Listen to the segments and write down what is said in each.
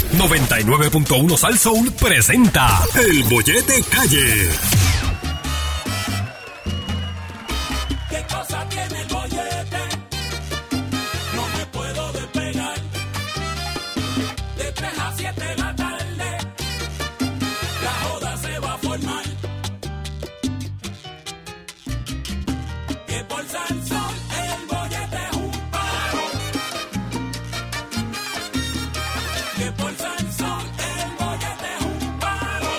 99.1 Sal Soul presenta El Bollete Calle. ¿Qué cosa tiene el bollete? No me puedo despegar. De 3 a 7 de la tarde, la joda se va a formar. Que por Salsón el bollete es un paro. Que por Salsón el bollete es un paro.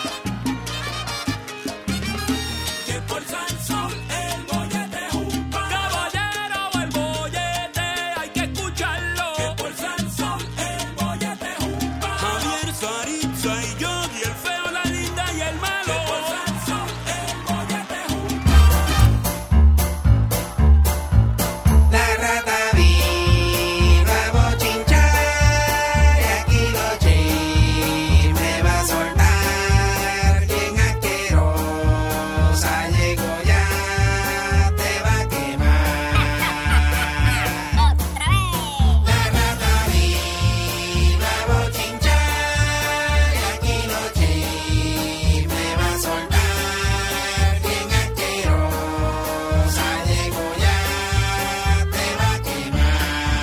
Que por Salsón el bollete es un paro. Caballero, el bollete hay que escucharlo. Que por Salsón el bollete es un paro. Javier, Saritza y Yogi, el feo, la linda y el malo. Que por Salsón el bollete es un La rata vino a bochinchar y aquí los chismes va a soltar. Bien asquerosa llegó ya, te va a quemar. La rata vino a bochinchar y aquí los chismes va a soltar. Bien asquerosa llegó ya, te va a quemar.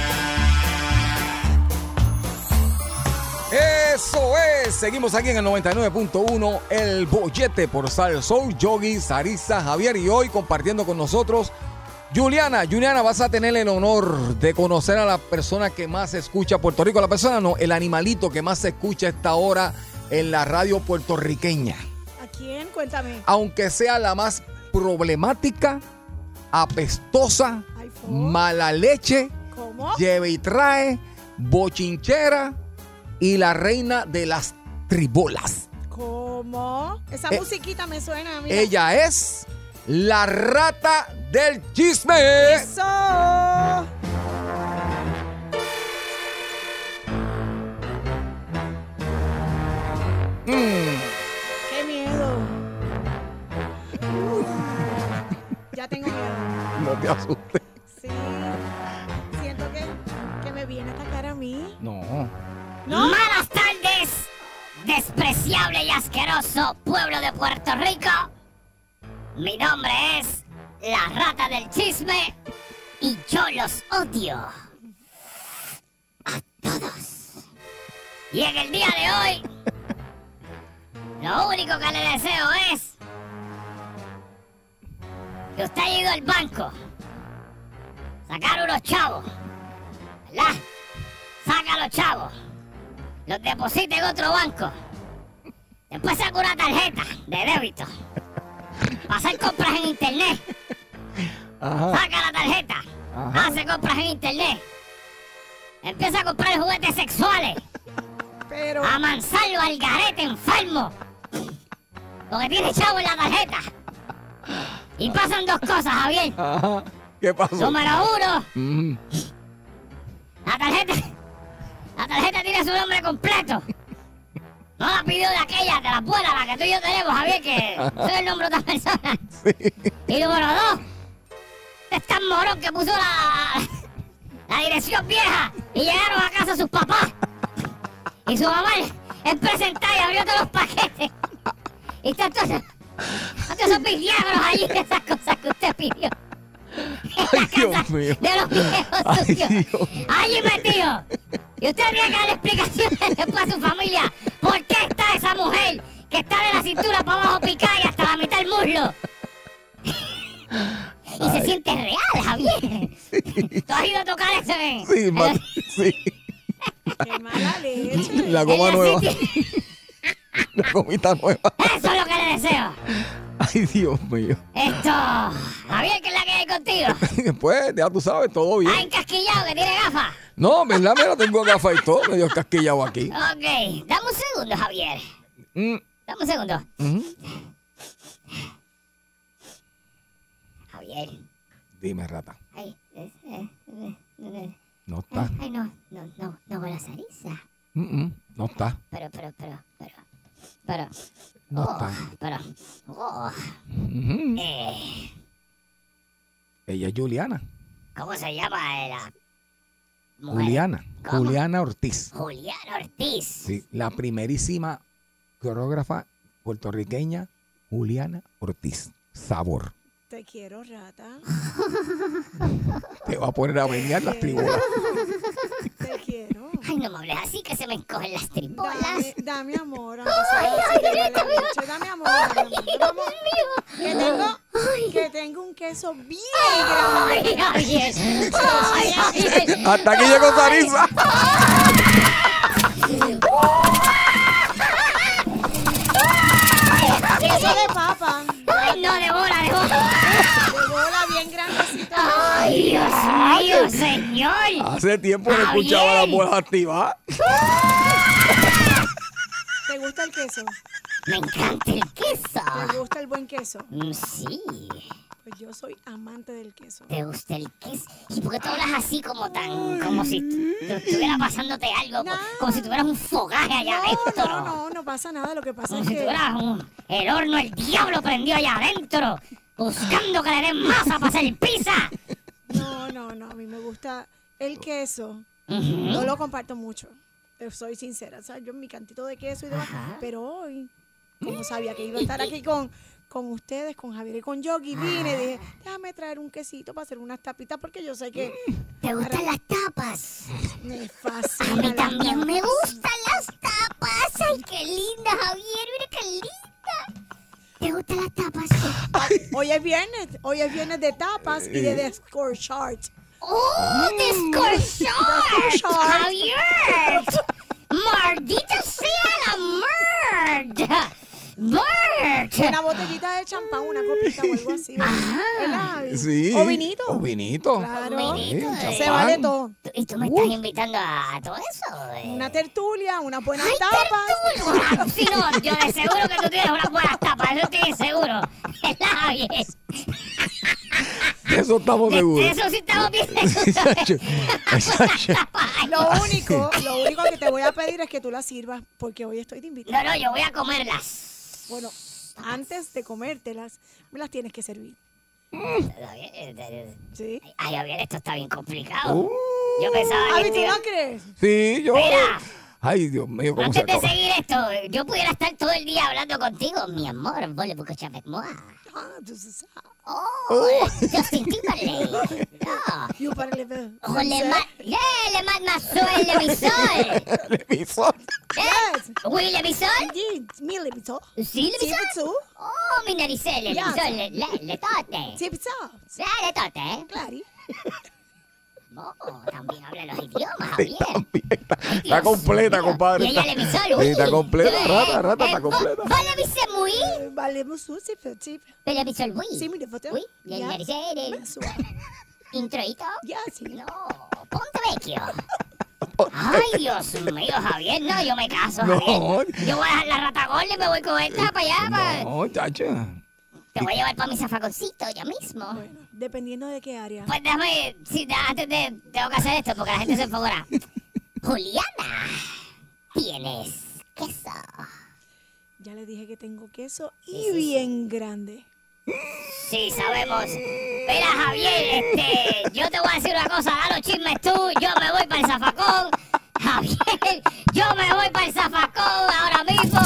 Eso es, seguimos aquí en el 99.1 El Bollete por Sal Soul, Yogi, Sarisa, Javier y hoy compartiendo con nosotros Juliana. Juliana, vas a tener el honor de conocer a la persona que más escucha Puerto Rico. La persona no, el animalito que más se escucha a esta hora en la radio puertorriqueña. ¿A quién? Cuéntame. Aunque sea la más problemática, apestosa, Ay, fo. mala leche, ¿Cómo? lleve y trae, bochinchera y la reina de las tribolas. ¿Cómo? Esa musiquita me suena, mira. Ella es la rata del chisme. Eso. Qué miedo. Ya tengo miedo. No te asustes. Sí. Siento que me viene a atacar a mí. No. ¿No? Malas tardes, despreciable y asqueroso pueblo de Puerto Rico. Mi nombre es la rata del chisme y yo los odio a todos. Y en el día de hoy, lo único que le deseo es que usted haya ido al banco, sacar unos chavos, ¿verdad? Saca los chavos, los deposita en otro banco, después saca una tarjeta de débito para hacer compras en internet. Ajá. Saca la tarjeta, Ajá. hace compras en internet, empieza a comprar juguetes sexuales, Pero. a amansarlo al garete enfermo, porque tiene chavo en la tarjeta. Y pasan dos cosas, Javier. Ajá. ¿Qué pasó? Número uno, Mm. la tarjeta tiene su nombre completo. No la pidió de aquella, de la buena, la que tú y yo tenemos, Javier, que soy el nombre de otra persona. Y número dos, es tan morón que puso la dirección vieja y llegaron a casa sus papás. Y su mamá es presentada y abrió todos los paquetes. Y están todos esos villanos allí de esas cosas que usted pidió. En Ay, la Dios casa mío. de los viejos Ay, suyos. Dios. Allí metido. Y usted tenía que dar explicaciones después a su familia. ¿Por qué está esa mujer que está de la cintura para abajo picada y hasta la mitad del muslo? Y se siente real, Javier. ¿Tú has ido a tocar eso en, Sí, sí. Qué mala leche. La goma en la nueva. City? La gomita nueva. Eso es lo que le deseo. Ay, Dios mío. Esto, Javier, ¿qué es la que hay contigo? Pues, ya tú sabes, todo Ah, bien. encasquillado, que tiene gafas. No, verdad, mira, tengo gafas y todo, medio casquillado aquí. Ok, dame un segundo, Javier. Mm. Dame un segundo. Ujú. Javier. Dime, rata. Ay, No está. ay, no con la Sarisa. No está. Pero. No Oh, está. pero. Oh, Ujú. eh, Ella es Juliana. ¿Cómo se llama? mujer. Juliana. ¿Cómo? Juliana Ortiz. Juliana Ortiz. Sí, la primerísima coreógrafa puertorriqueña Juliana Ortiz. Sabor. Te quiero, rata. Te va a poner a venir las tribunas. Te quiero. Ay, no me hables así que se me encogen las tribolas. Dame amor. aunque sea así de mala leche. Dame amor. Que tengo un queso bien grande. Ay, Javier. Ay, Javier. Hasta aquí llegó Sarisa. Queso de papa. Ay, no, de bola. De bola bien grandecito. Ay, Dios mío, señor. Hace tiempo no escuchaba las bolas activadas. ¿Te gusta el queso? Me encanta el queso. ¿Te gusta el buen queso? Sí. Pues yo soy amante del queso. ¿Te gusta el queso? ¿Y por qué tú hablas así como como si estuviera pasándote algo? No. Como si tuvieras un fogaje allá adentro. No pasa nada. Lo que pasa Como es si que... tuvieras el horno, el diablo prendió allá adentro. Buscando que le den masa para hacer pizza. No, a mí me gusta el queso. Ujú. No lo comparto mucho. Soy sincera, ¿sabes? Yo mi cantito de queso y demás. Pero hoy, como sabía que iba a estar aquí con ustedes, con Javier y con Yogi, vine y dije, déjame traer un quesito para hacer unas tapitas porque yo sé que ¿Te gustan las tapas? me A fascina. mí las también me tapas. gustan las tapas. Ay, qué linda, Javier. Mira qué linda. ¿Te gustan las tapas? Hoy es viernes de tapas y de descorchart. ¡Oh, descorchar! ¡Javier! ¡Maldita sea la merd! ¡Merd! Una botellita de champán, una copita o algo así. ¿Verdad? Sí. O vinito. O vinito. Claro. Vinito, Sí, Se champán. vale todo. ¿Y tú me estás invitando a todo eso? Una tertulia, unas buenas ¡Ay, tapas. tertulia! Sí, no, yo de seguro que tú tienes unas buenas tapas, eso estoy seguro. Javier. De eso estamos seguros. De eso sí estamos bien seguros. Exacto. Exacto. Lo único que te voy a pedir es que tú las sirvas porque hoy estoy de invitada. No, yo voy a comerlas. Bueno, antes de comértelas, me las tienes que servir. ¿Sí? Ay, Javier, esto está bien complicado. Yo pensaba Javi, que... ¿tú esto- no crees? Sí, yo. Mira. Ay, Dios mío, cómo se Antes de acaba. seguir esto, yo pudiera estar todo el día hablando contigo, mi amor. Voulez-vous que avec moi? Ah, tú sabes. Oh, Justin Timberlake. No. Yo para le ver. Oh, le mademoiselle, le misol. El emisor. Yes. Oui, le misol? Sí, mi lebito. Sí, le Sí, misol? tú. Oh, mi naricelle, le Yes. misol, le tote. Sí, pizza. Sí, le tote. Claro. Oh, también habla los idiomas, Sí, Javier. también está completa, compadre. Y ella le misol, Sí, oui. está completa, rata, está completa. Vos le misol, oui. Vale, musu, sí, sí. Le misol, oui. Sí, mi devoto. Oui, le naricelle. Introito. Ya, sí. No, ponte vecchio. Ay, Dios mío, Javier, no, yo me caso, No. Javier. Yo voy a dejar la rata gorda y me voy con esta para allá. No, chacho. Te voy a llevar para mi zafaconcito ya mismo. Bueno, dependiendo de qué área. Pues déjame, antes de, tengo que hacer esto porque la gente se enfocará. Juliana, tienes queso. Ya le dije que tengo queso y bien grande. Sí, sabemos. Mira, Javier, yo te voy a decir una cosa, da los chismes tú, yo me voy para el zafacón. Javier, yo me voy para el zafacón ahora mismo.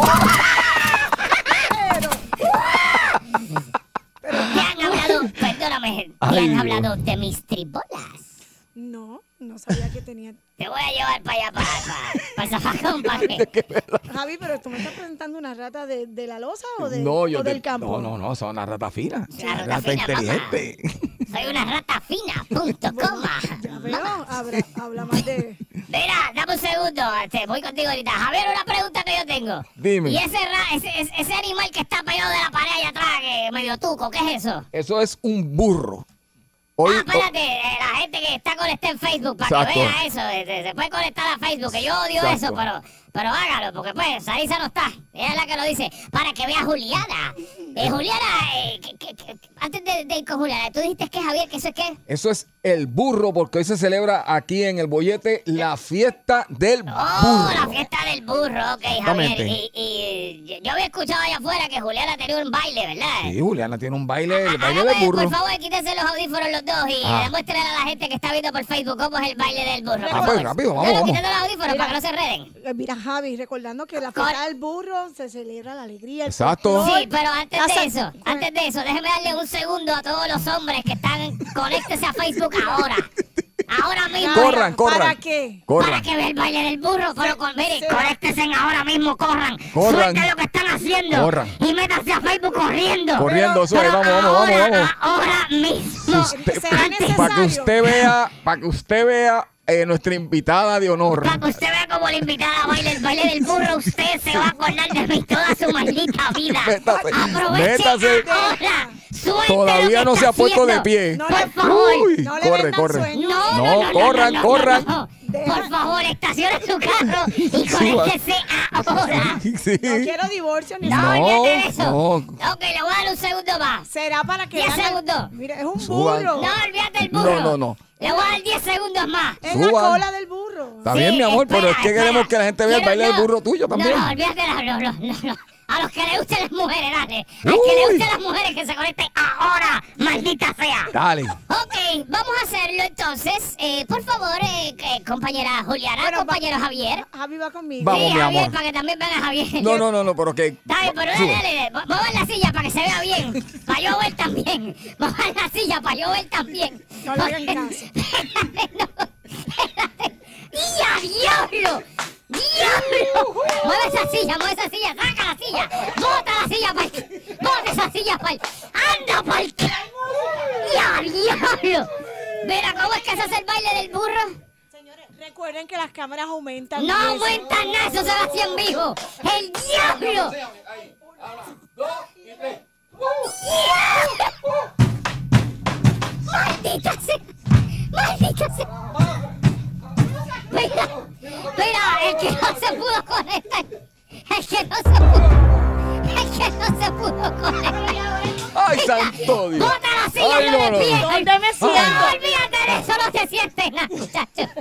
¿Te han hablado, perdóname, Ay, te han Dios. hablado de mis tribolas? No sabía que tenía. Te voy a llevar para allá, para el zafacón, para que... Javi, pero tú me estás presentando una rata de la loza o, No, yo o del campo. No, son una rata fina. Una rata Rata fina, inteligente. Soy una rata fina, punto, coma. Ya veo, habla más de. Mira, dame un segundo, voy contigo ahorita. Javier, una pregunta que yo tengo. Dime. Y ese animal que está pegado de la pared allá atrás, que medio tuco, ¿qué es eso? Eso es un burro. Hoy, Espérate, la gente que está conectada en Facebook, para Exacto. que vea eso, se puede conectar a Facebook, que yo odio Exacto. eso, pero hágalo, porque pues Sarisa no está. Ella es la que lo dice. Para que vea a Juliana. Juliana, antes de ir con Juliana, tú dijiste que Javier, que eso es qué. Eso es el burro, porque hoy se celebra aquí en el Bollete la fiesta del burro. La fiesta del burro, ok, Javier. Exactamente. Y yo había escuchado allá afuera que Juliana tenía un baile, ¿verdad? Sí, Juliana tiene un baile, el baile Hágame, del burro. por favor, quítense los audífonos los dos y demuéstrenle a la gente que está viendo por Facebook cómo es el baile del burro. por favor. Rápido, No, vamos. quítate los audífonos para que no se enreden. Mira, Javi, recordando que la fiesta del burro se celebra la alegría. el Exacto. folclor. Sí, pero antes de eso, déjeme darle un segundo a todos los hombres que están, conéctense a Facebook ahora. Ahora mismo. Corran. ¿Para qué? Para que vean el baile del burro, pero miren, conéctense ahora mismo, corran. Corran. Suelten lo que están haciendo. Corran. Y métanse a Facebook corriendo. Corriendo, eso es, Pero vamos. Ahora mismo. ¿Será necesario? Para que usted vea nuestra invitada de honor. Para que usted vea como la invitada baila el baile del burro, usted se va a acordar de mí toda su maldita vida. Aproveche ahora. Suelte Todavía lo no que se ha está puesto de haciendo. pie. Por favor. Uy, No le corre, vendan corre. sueños. No, corran. Por favor, estacione su carro y conéctese ahora. Sí. No quiero divorcio ni No, nada. olvídate de eso. no. Ok, le voy a dar un segundo más. Será para que 10 vean- segundos. Mira, es un Suban. burro. No, olvídate del burro. No. Le voy a dar 10 segundos más. Es la Suban. cola del burro. Está bien, mi amor, pero es que queremos que la gente vea el baile del burro tuyo también. No, olvídate no. A los que le gusten las mujeres, dale. Al que le gusten las mujeres que se conecten ahora, maldita sea. Dale. Ok, vamos a hacerlo entonces. Por favor, compañera Juliana, Bueno, compañero Javier. Javi va conmigo. Vamos, Sí, mi Javier, amor. para que también venga Javier. No, pero que... Dale, pero dale. Muevan la silla para que se vea bien. Para yo ver también. Muevan la silla para yo ver también. No le hagan caso. Espérate. ¡Ya, diablo! ¡Diablo! Mueve esa silla, saca la silla. Bota la silla para bota esa silla para ¡Anda para ¡Ya, diablo! Mira, ¿cómo es que se hace el baile del burro? Señores, recuerden que las cámaras aumentan. No aumentan nada, eso se lo hacía en vivo. ¡El diablo! ¡Maldita sea! ¡Maldita sea! Mira, el que no se pudo conectar. El que no se pudo conectar. ¡Ay, santo Dios! ¡Bota la silla, Ay, no de pie! ¿Dónde me siento? No, olvídate de eso, no se siente nada, muchacho.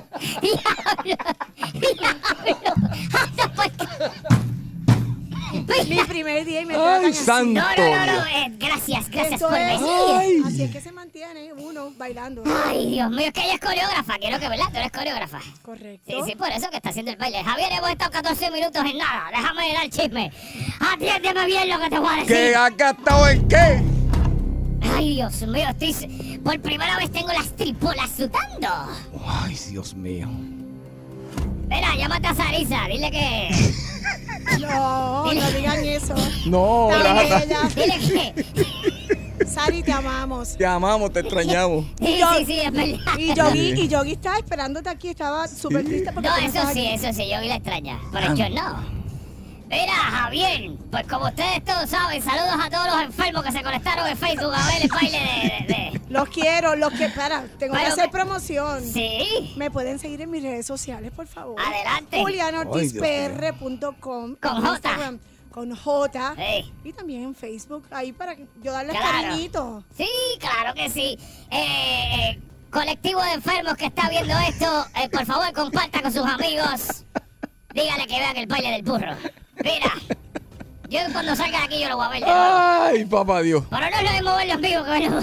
Diablo. Anda por acá. Mi primer día y me tratan ¡Ay, así. santo No. Dios! Gracias Esto por es- venir. Así es que se mantiene uno bailando. Ay, Dios mío, es que ella es coreógrafa. Quiero que, ¿verdad? Tú eres coreógrafa. Correcto. Sí, por eso que está haciendo el baile. Javier, hemos estado 14 minutos en nada. Déjame dar el chisme. Atiéndeme bien lo que te voy a decir. ¿Qué has gastado en qué? Ay, Dios mío, por primera vez tengo las tripolas sudando. Ay, Dios mío. Mira, llámate a Sarisa, dile que... No digan eso. No, Tan Rata. bella. Dile que... Sari, te amamos. Te amamos, te extrañamos. Sí, es verdad. Y Yogi estaba esperándote aquí, estaba súper triste porque No, tú no estabas aquí. eso sí, yo vi la extraña. Pero yo no. Mira, Javier, pues como ustedes todos saben, saludos a todos los enfermos que se conectaron en Facebook a ver el baile de... Los quiero, espera, tengo que Pero hacer que- promoción. Sí, Me pueden seguir en mis redes sociales, por favor. adelante. JulianaOrtizPR.com. Con en J. Instagram, con J. Sí. Y también en Facebook, ahí para yo darles Claro. cariñito. Sí, claro que sí. Colectivo de enfermos que está viendo esto, por favor comparta con sus amigos. Dígale que vean el baile del burro. Mira, yo cuando salga de aquí yo lo voy a ver. de nuevo. Ay, papá Dios. Pero no es lo mismo verlo en vivo que verlo.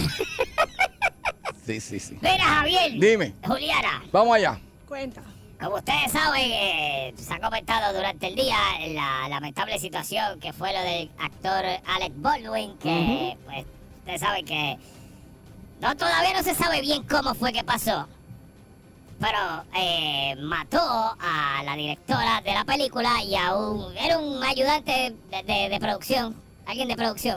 Sí. Mira, Javier. Dime. Juliana, Vamos allá. Cuenta. como ustedes saben, se ha comentado durante el día la lamentable situación que fue lo del actor Alec Baldwin, que pues ustedes saben que todavía no se sabe bien cómo fue que pasó. Pero mató a la directora de la película y era un ayudante de producción, alguien de producción.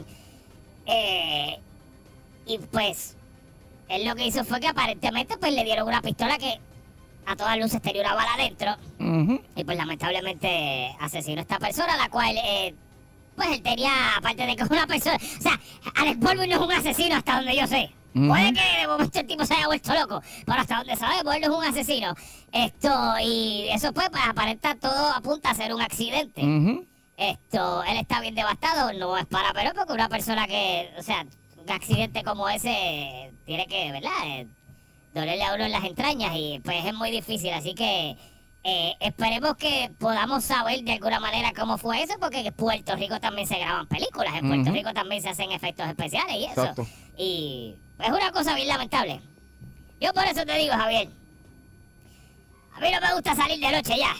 Y pues, él lo que hizo fue que aparentemente pues le dieron una pistola que a todas luces tenía una bala adentro. Y pues lamentablemente asesinó a esta persona, la cual, pues él tenía, aparte de que es una persona, o sea, Alex Baldwin no es un asesino hasta donde yo sé. Puede que de momento el tipo se haya vuelto loco, pero hasta donde sabemos, él no es un asesino. Y eso pues aparenta todo apunta a ser un accidente. Él está bien devastado, no es para pero porque una persona que, o sea, un accidente como ese tiene que, ¿verdad? Dolerle a uno en las entrañas y pues es muy difícil, así que esperemos que podamos saber de alguna manera cómo fue eso, porque en Puerto Rico también se graban películas, en Puerto Rico también se hacen efectos especiales y eso. Exacto. Y es una cosa bien lamentable. Yo por eso te digo, Javier, a mí no me gusta salir de noche ya.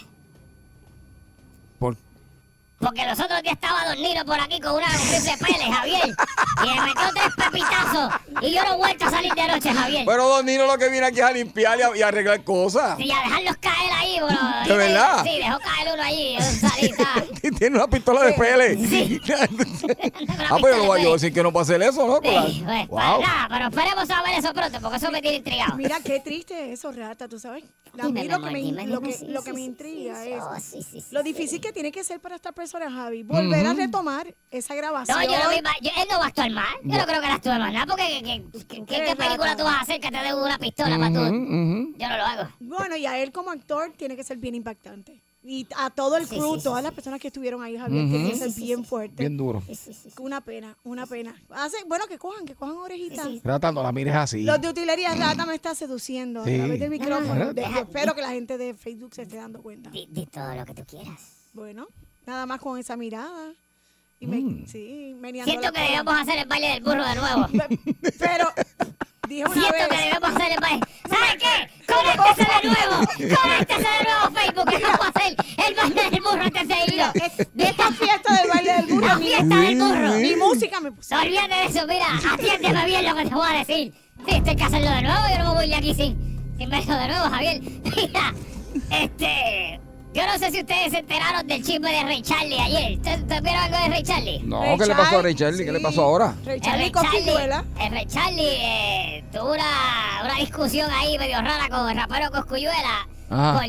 Porque los otros días estaba Don Nino por aquí con una triple pele, Javier. Y me metió 3 pepitazos. Y yo no he vuelto a salir de noche, Javier. Pero Don Nino lo que viene aquí es a limpiar y a arreglar cosas. Y a dejarlos caer ahí, bro. ¿De verdad? Sí, dejó caer uno allí. Yo salí, está. Y tiene una pistola de pele. Sí. Pues yo voy a decir que no puede hacer eso, ¿no? Sí, pues, Wow. nada, pero esperemos saber eso pronto, porque eso me tiene intrigado. Mira qué triste eso, Rata, tú sabes. A Dime, mí mi amor, dime, sí, lo que sí, me sí, intriga sí, es oh, sí, lo difícil que tiene que ser para esta persona, Javi, volver a retomar esa grabación. No, yo no él no va a actuar mal. Yo no creo que él actúe mal nada, porque ¿qué película tú vas a hacer que te dé una pistola para tú? Yo no lo hago. Bueno, y a él como actor tiene que ser bien impactante. Y a todo el crew, todas las personas que estuvieron ahí, Javier, tiene que ser bien fuerte. Bien duro. Una pena, una pena. Bueno, que cojan orejitas. Rata, no la mires así. Los de utilería, Rata me está seduciendo Sí. a través del micrófono. Deja- Yo espero que la gente de Facebook se esté dando cuenta. Di todo lo que tú quieras. Bueno, nada más con esa mirada. Y sí, meneando Siento la que cola. debemos hacer el baile del burro de nuevo. Pero, dije una Siento vez. que debemos hacer el baile. ¿Sabes qué? Conéctese de nuevo. Conéctese de nuevo, Facebook. Que vamos a hacer el baile del burro antes de irnos. De esta fiesta del baile del burro, La ni, fiesta del burro. ni música me puse. No olvides de eso, mira. Atiéndeme bien lo que te voy a decir. Sí, estoy que hacerlo de nuevo. Yo no me voy de aquí sin verlo de nuevo, Javier. Mira, yo no sé si ustedes se enteraron del chisme de Ray Charlie ayer. ¿Ustedes vieron algo de Ray Charlie? No, Ray ¿qué le pasó a Charlie, Ray Charlie? ¿Qué le sí. pasó ahora? Ray Charlie Cosculluela. El Ray Charlie tuvo una discusión ahí medio rara con el rapero Cosculluela. Ajá.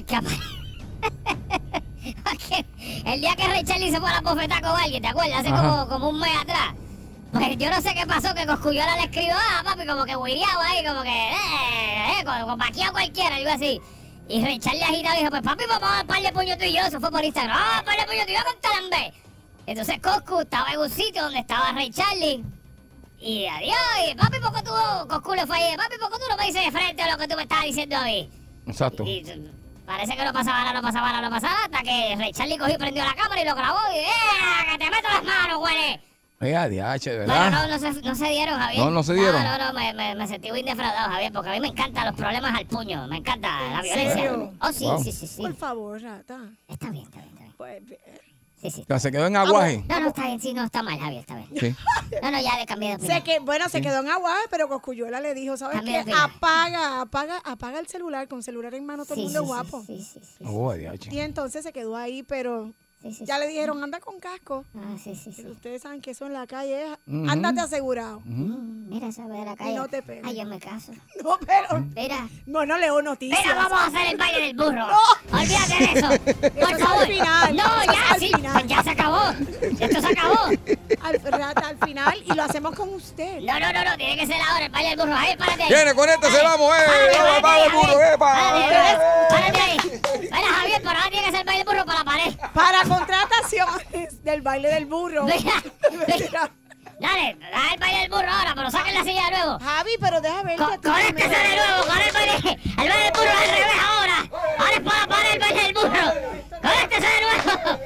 Porque el día que Ray Charlie se fue a la bofetada con alguien, ¿te acuerdas? Hace como un mes atrás. Pues yo no sé qué pasó, que Cosculluela le escribió, papi, como que huireado ahí, como que, con vaqueado cualquiera, algo así. Y Ray Charlie agitado dijo, pues papi, vamos a dar par de puños tú y yo. Eso fue por Instagram. ¡Ah, par de puños tú y yo con Talambe! Entonces Coscu estaba en un sitio donde estaba Ray Charlie. Y adiós, y papi, ¿por qué tú, Coscu le fue ahí? Papi, ¿por qué tú no me dices de frente a lo que tú me estabas diciendo a mí? Exacto. Y parece que no pasaba nada, hasta que Ray Charlie cogió y prendió la cámara y lo grabó. Y que te meto las manos, güey! Mira, diache, Pero ¿verdad? no se dieron, Javier. No se dieron. No, me sentí muy defraudado, Javier, porque a mí me encantan los problemas al puño, me encanta la violencia. serio? Oh, sí, Wow. sí. Por favor, Rata. Está bien. Pues, Sí. Ya se quedó en aguaje. No, está bien, sí, no, está mal, Javier, está bien. Sí. No, ya le cambié de opinión. se quedó en aguaje, pero Cosculluela le dijo, ¿sabes Cambia qué? de opinión. Apaga el celular, con celular en mano todo el Sí, mundo es sí, guapo. Sí. Oh, diache. Y entonces se quedó ahí, pero Sí. ya le dijeron, anda con casco. Sí. Pero ustedes saben que eso en la calle es, ándate asegurado. Mira esa de la calle. no te pegues. Ay, yo me caso. No, pero, Mira. bueno, leo noticias. Mira, vamos a hacer el baile del burro. Olvídate de eso. Por es favor. al final, No, eso es ya, al sí. final. Pues ya se acabó. Esto se acabó. Rata, al final, y lo hacemos con usted. No. Tiene que ser ahora el baile del burro. Ahí, párate ahí. Viene, conéctese, vamos, Párate, el burro, Javier. epa. Párate ahí. Mira, Javier, pero ahora tiene que ser el baile del burro para la pared. Para contrataciones del baile del burro. Mira. Dale, da el baile del burro ahora, pero saquen la silla de nuevo. Javi, pero deja ver que tú Conéctese de nuevo, con el baile del burro al revés ahora. Ahora es para la pared el baile del burro. Conéctese de nuevo.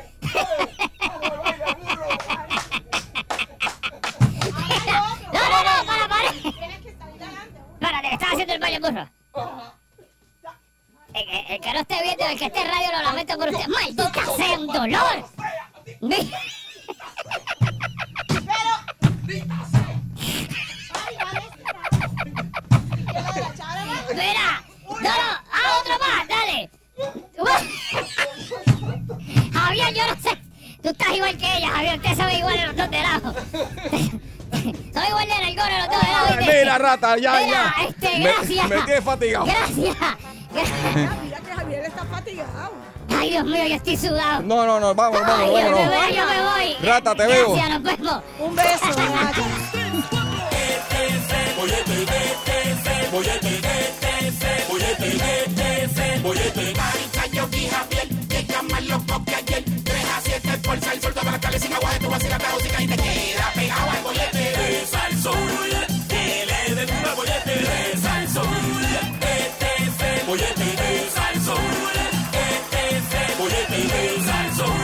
No, para la pared. Espérate, que estás haciendo el baile del burro. El que no esté viendo, el que esté en radio, lo lamento por usted. ¡Maldita sea, un dolor! Mira, otro más, dale. Javier, yo no sé. Tú estás igual que ella, Javier. Usted sabe igual de los dos de lado. Soy igual de nalgona los dos de lado. ¿viste? Mira, Rata, ya. Mira, gracias. Me quedé fatigado. Gracias. Mira que Javier está fatigado. Ay, Dios mío, yo estoy sudado. No, vamos. Ay, yo me voy. Rata, te veo. Gracias, nos vemos. Un beso, Rata. Bollete, bollete, este es el bollete, este es el bollete. Maricha, Yogi, Javier, que llaman los que ayer. 3 a 7 por Salsol, todas las tardes sin agua, tú vas a ir a la música y te queda pegado al bollete. De Salsol, que le den un bollete. De Salsol, este es el bollete. De Salsol, este es el bollete. De Salsol.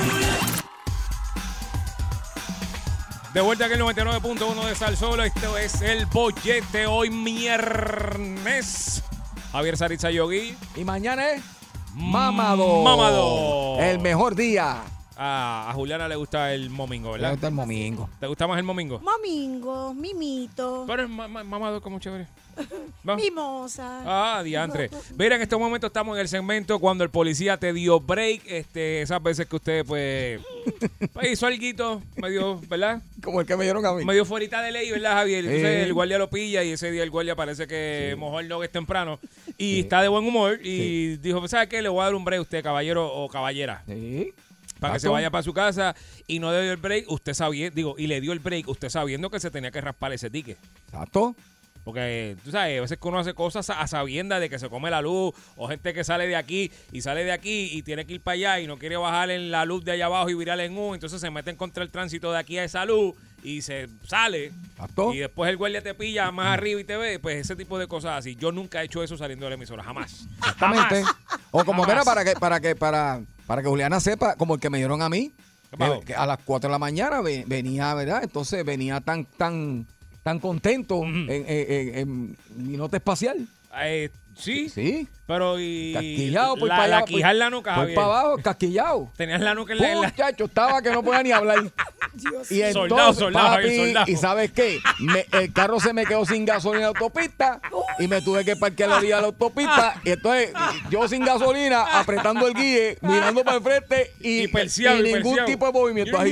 De vuelta aquí el 99.1 de Salsolo. Esto es el bollete hoy viernes. Javier Saritza Yogi. Y mañana es Mamado. Mamado. El mejor día. A Juliana le gusta el momingo, Me ¿verdad? gusta el domingo. ¿Te gusta más el momingo? Momingo, mimito, Pero el mamado es como chévere. ¿Va? mimosa. Ah, diantre. Mira, en estos momentos estamos en el segmento cuando el policía te dio break. Esas veces que usted, pues hizo alguito, medio, ¿verdad? Como el que me dieron a mí. Medio fuerita de ley, ¿verdad, Javier? Entonces Sí. el guardia lo pilla y ese día el guardia parece que mojó el nuggets temprano y está de buen humor y dijo, ¿sabe qué? Le voy a dar un break a usted, caballero o caballera. Sí. Para que se vaya para su casa y no le dio el break, usted sabía, y le dio el break, usted sabiendo que se tenía que raspar ese ticket. Exacto. Porque, tú sabes, a veces que uno hace cosas a sabiendas de que se come la luz, o gente que sale de aquí y tiene que ir para allá y no quiere bajar en la luz de allá abajo y virar en U, entonces se meten contra el tránsito de aquí a esa luz y se sale. Exacto. Y después el guardia te pilla más arriba y te ve, pues ese tipo de cosas así. Yo nunca he hecho eso saliendo de la emisora, jamás. Exactamente. O como Jamás. mira, para que Juliana sepa, como el que me dieron a mí, ¿Qué pasó? que a las 4 de la mañana venía, ¿verdad? Entonces venía tan contento en mi nota espacial. Sí, Sí. pero y Casquillado, por para allá. la quijada en la nuca, Por Javier. para abajo, casquillado. Tenías la nuca en la... Muchacho, estaba que no podía ni hablar. Dios. Y entonces, Soldado, papi, Javier, soldado. ¿y sabes qué? El carro se me quedó sin gasolina en la autopista y me tuve que parquear a la orilla de la autopista. Y entonces, yo sin gasolina, apretando el guille, mirando para el frente y perseado, ningún perseado. tipo de movimiento ahí.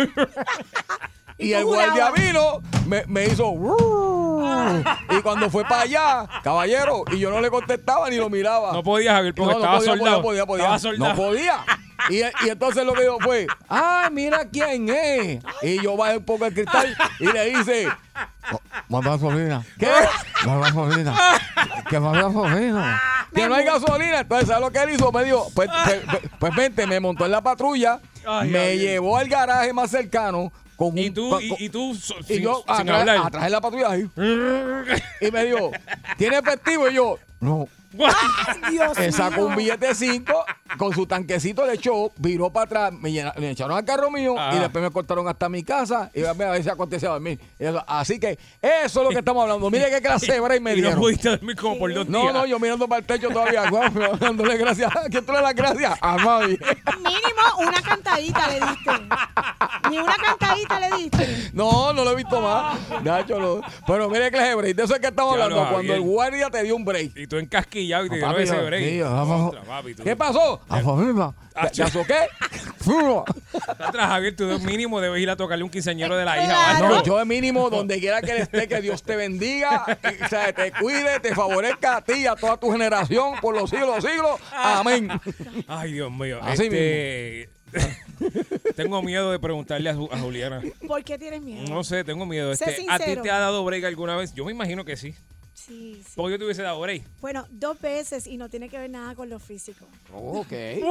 Y tú el guardia jurabas. vino, me hizo... Y cuando fue para allá, caballero, y yo no le contestaba ni lo miraba. No podía, Javier, porque No, estaba podía, soldado. podía. Estaba soldado. No podía. Y entonces lo que dijo fue, ¡ay, mira quién es! Y yo bajé un poco el cristal y le dice, ¿más gasolina? ¿Qué? ¿Más gasolina? ¿Qué más gasolina? Que no hay gasolina. Entonces, ¿sabes lo que él hizo? Me dijo, pues vente, me montó en la patrulla, Ay, me ay, llevó al garaje más cercano con Y un... tú, con- y tú y yo sin hablar. atrás de la patrulla ahí. Y me dijo, ¿tiene efectivo? Y yo, no. Dios Sacó mío. un billete de 5 con su tanquecito le echó, viró para atrás, me echaron al carro mío Ajá. y después me cortaron hasta mi casa y a ver si acontecía a dormir. Así que eso es lo que estamos hablando. Mire qué clase de break me Y no dieron. pudiste dormir como por 2 días. No, yo mirando para el techo todavía, dándole gracias. ¿A quién tú le das gracias? A mami. Mínimo una cantadita le diste. Ni una cantadita le diste. No lo he visto más. Nacho, no. Pero mire qué clase de break. De eso es que estamos Ya hablando. lo, Cuando Javier. el guardia te dio un break. Y tú encasquillado y te Papi, dieron ese break. sí, vamos. Contra, papi, tú. ¿Qué pasó? A familia. ¿Te azoqué? Atrás, Javier, tú mínimo debes ir a tocarle un quinceañero de la hija. Claro. o algo. No, yo de mínimo, donde quiera que él esté, que Dios te bendiga, o sea, te cuide, te favorezca a ti y a toda tu generación por los siglos de los siglos. Amén. Ay, Dios mío. Así Tengo miedo de preguntarle a Juliana. ¿Por qué tienes miedo? No sé, tengo miedo. Sé ¿A ti sincero. te ha dado break alguna vez? Yo me imagino que sí. Sí, sí. Porque yo te hubiese dado break. Bueno, 2 veces y no tiene que ver nada con lo físico. Ok.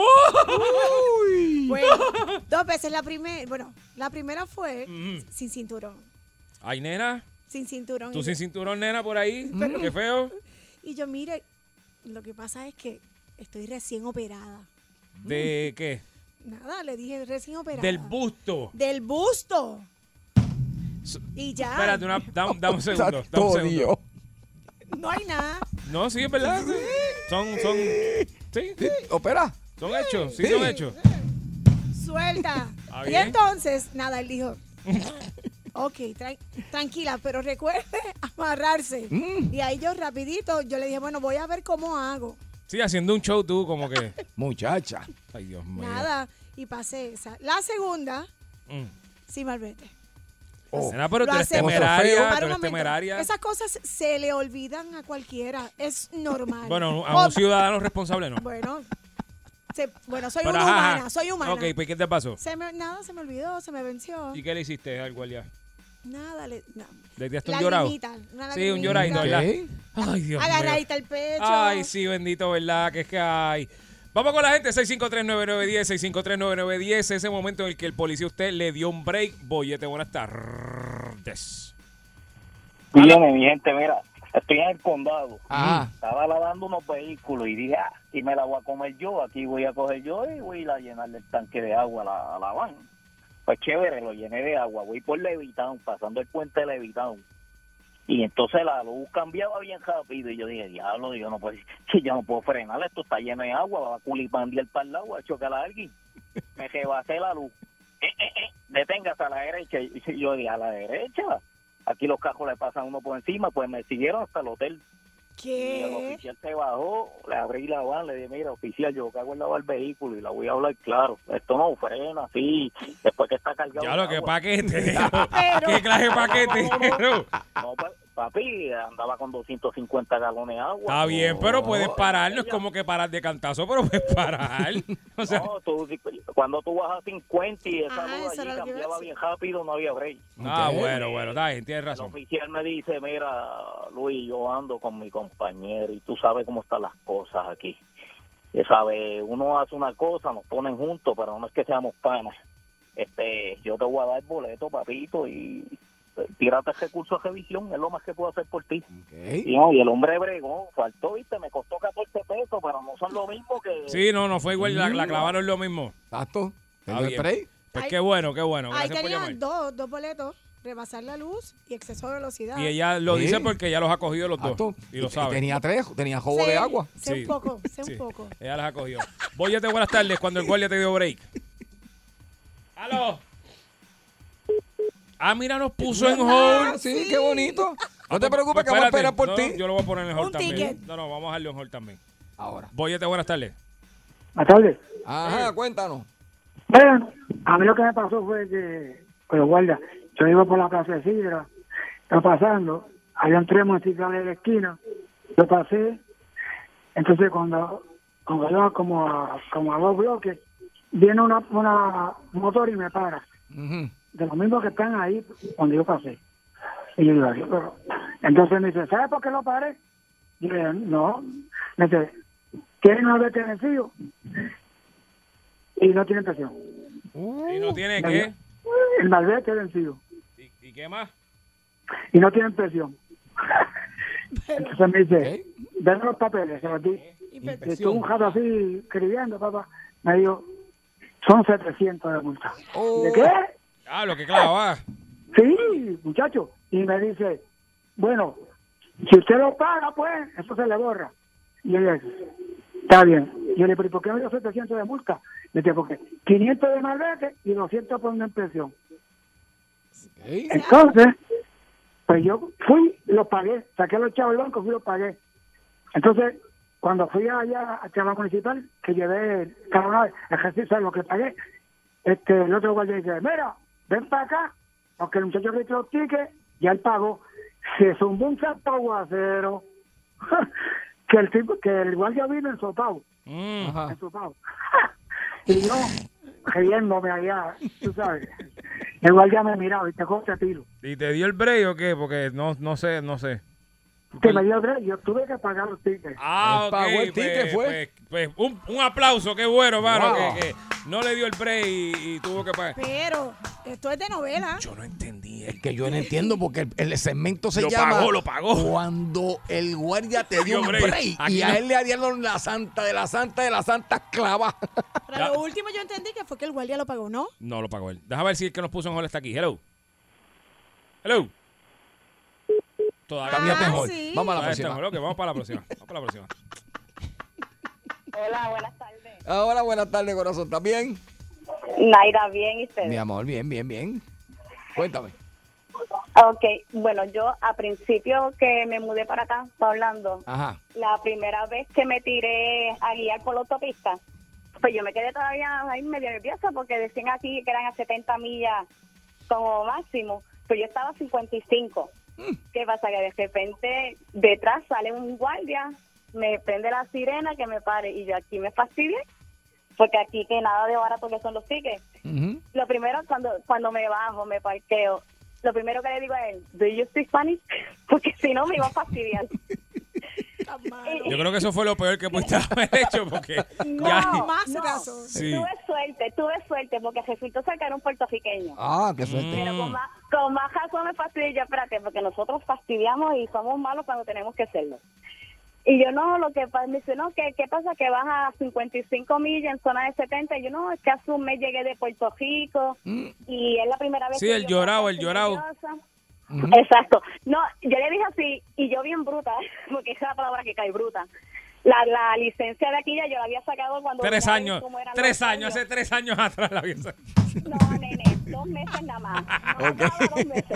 Bueno, 2 veces. La primera fue Ujú. sin cinturón. Ay, nena. Sin cinturón. Tú Y sin yo- cinturón, nena, por ahí. Qué feo. Y yo, mire, lo que pasa es que estoy recién operada. ¿De qué? Nada, le dije recién operada. Del busto. Del busto. Y ya. Espérate, dame un segundo. Está Dame un todo segundo. Dios. No hay nada. No, sí, es verdad. Sí. Sí, Sí, ¿opera? son hechos. Sí, Sí. son hechos. Suelta. Ah, Y bien. entonces, nada, él dijo, ok, tranquila, pero recuerde amarrarse. Y ahí yo rapidito, yo le dije, bueno, voy a ver cómo hago. Sí, haciendo un show tú, como que. Muchacha. Ay, Dios mío. Nada, y pasé esa. La segunda, Mm. sin malvete. Nena, pero tú Lo eres hacemos. temeraria. Para Tú un eres momento. temeraria. Esas cosas se le olvidan a cualquiera. Es normal. Bueno, a un ciudadano responsable no. Bueno, soy Pero, una ajá, humana, soy humana. Ok, pues ¿qué te pasó? Nada, se me olvidó, se me venció. ¿Y qué le hiciste al guardia? Nada, no. ¿Le diste un llorado? Sí, un lloradito, Ok. ¿verdad? Ay, Dios mío. Agarradita el pecho. Ay, sí, bendito, ¿verdad? Que es que hay. Vamos con la gente, 6539910, 6539910. Ese momento en el que el policía a usted le dio un break. Boyete, buenas tardes. Dígame, mi gente, mira, estoy en el condado. Ajá. Estaba lavando unos vehículos y dije, y me la voy a comer yo, aquí voy a coger yo y voy a ir a llenarle el tanque de agua a la van. Pues chévere, lo llené de agua, voy por Levitown, pasando el puente de Levitown. Y entonces la luz cambiaba bien rápido y yo dije, diablo, yo no puedo frenar, esto está lleno de agua, va a culipandear para el lado, va a chocar a alguien. Me rebasé la luz. Deténgase a la derecha. Y yo dije, a la derecha. Aquí los cajos le pasan uno por encima, pues me siguieron hasta el hotel. Y el ¿Qué? oficial se bajó, le abrí la van, le dije, mira, oficial, yo cago en lavar el vehículo y la voy a hablar claro. Esto no frena así, después que está cargado. Ya de lo que agua. paquete. ¿Qué clase de paquete? No, papi, andaba con 250 galones de agua. Está bien, pero puedes parar. No es ella- como que parar de cantazo, pero puedes parar. O sea, No, cuando tú vas a 50 y esa Ajá, luz eso era allí lo que iba a cambiaba decir. bien rápido, no había break. bueno, está bien, tienes El razón. oficial me dice, mira, Luis, yo ando con mi compañero y tú sabes cómo están las cosas aquí. ¿Sabes? Uno hace una cosa, nos ponen juntos, pero no es que seamos panas. Yo te voy a dar el boleto, papito, y tírate ese curso de revisión, es lo más que puedo hacer por ti. Ok. Y el hombre bregó, faltó, viste, me costó 14 pesos, pero no son lo mismo que... Sí, no fue igual, la clavaron lo mismo. Exacto. Está ¿Te dio bien. spray? Pues Ay, qué bueno. Ahí Gracias por llamar. tenían dos boletos, rebasar la luz y exceso de velocidad. Y ella lo Sí. dice porque ella los ha cogido los Exacto. dos. Y lo sabe. Tenía jugo de agua. Sé Sí. un poco, sé Sí, un poco. Ella las ha cogido. Bóyate, buenas tardes, cuando el guardia te dio break. ¡Aló! Ah, mira, nos puso en Ah, hold. sí, qué bonito. No te preocupes Pues que vamos a espérate. esperar por No, ti. Yo lo voy a poner en hold Un también. ticket. No, vamos a dejarlo en hold también. Ahora. Bóyate, buenas tardes. Buenas tardes. Ajá, cuéntanos. Bueno, a mí lo que me pasó fue que, pues guarda, yo iba por la Plaza de Sidra, estaba pasando, había un tren musical en la esquina, yo pasé, entonces cuando iba como a 2 bloques, viene una motor y me para, Ujú. de los mismos que están ahí donde yo pasé. Y yo digo, "Ay, pero..." Entonces me dice, ¿sabes por qué lo paré? Y yo le no. Me dice, ¿tienen un vete vencido? Y no tiene presión. ¿Y no tiene qué? El malvete vencido. ¿Y qué más? Y no tienen presión. Entonces me dice, Ok. ven los papeles, se los di. Y estuvo un jato así escribiendo, papá. Me dijo, son 700 de multa. Oh. ¿De qué? Ah, lo que clavaba. Sí, muchacho. Y me dice, bueno, si usted lo paga, pues, eso se le borra. Y yo le dije, está bien. Y yo le dije, ¿pero por qué me dio 700 de multa? Le dije, porque 500 de malvete y 200 por una impresión. Ok. Entonces, pues yo fui y los pagué. Saqué los chavos del banco, fui y los pagué. Entonces, cuando fui allá a la municipal, que llevé cada una vez ejercicio de lo que pagué, el otro guardia dice, mira, ven para acá, aunque el muchacho retiró los tickets, ya él pagó. Se zumbó un santo aguacero, que el guardia vino en sopao, Ajá. en sopao. Y yo, riéndome allá, tú sabes. El guardia me miraba y te coge a tiro. ¿Y te dio el break o qué? Porque no sé. Que me dio tres, yo tuve que pagar los tickets. Ah, Él ok. pagó el ticket, Pues, un aplauso, qué bueno, mano, Wow. que no le dio el break y tuvo que pagar. Pero esto es de novela. Yo no entendí. Es que yo no entiendo porque el segmento se Lo llama lo pagó. Cuando el guardia te dio un break. break Aquí y a no. él le dieron la santa de la santa clava. Pero Ya. lo último yo entendí que fue que el guardia lo pagó, ¿no? No lo pagó él. Déjame ver si el que nos puso en hold está aquí. Hello. Todavía Cámbiate en Ah, hold. sí. Vamos a la Todavía está en próxima. hold. Ok, vamos para la próxima. Hola, buenas tardes. Ahora, buenas tardes, corazón. ¿Estás bien? Naira, bien, ¿y ustedes? Mi amor, bien. Cuéntame. Ok, bueno, yo a principio que me mudé para acá, estaba hablando, Ajá. la primera vez que me tiré a guiar por la autopista, pues yo me quedé todavía ahí medio nerviosa porque decían aquí que eran a 70 millas como máximo, pero yo estaba a 55. ¿Qué pasa? Que de repente detrás sale un guardia, me prende la sirena que me pare y yo aquí me fastidié, porque aquí que nada de barato que son los tickets. Ujú. Lo primero, cuando me bajo, me parqueo, lo primero que le digo a él, ¿do you speak Spanish? Porque si no me iba a fastidiar. Yo creo que eso fue lo peor que pudiste haber hecho porque Más razón. Sí. Tuve suerte porque resultó ser que era un puertorriqueño. Ah, qué suerte. Pero con más razón me fastidié. Yo, espérate, porque nosotros fastidiamos y somos malos cuando tenemos que serlo. Y yo no, lo que me dice, no, ¿qué pasa? Que vas a 55 millas en zona de 70. Y yo no, es que hace un mes llegué de Puerto Rico y es la primera vez Sí, que el llorado. Exacto. No, yo le dije así, y yo bien bruta, porque esa es la palabra que cae, bruta. La licencia de aquí ya yo la había sacado cuando... 3 ya años. vi cómo eran 3 los años. cambios. Hace 3 años atrás la había sacado. No, nene, 2 meses nada más. No, Ok. 2 meses.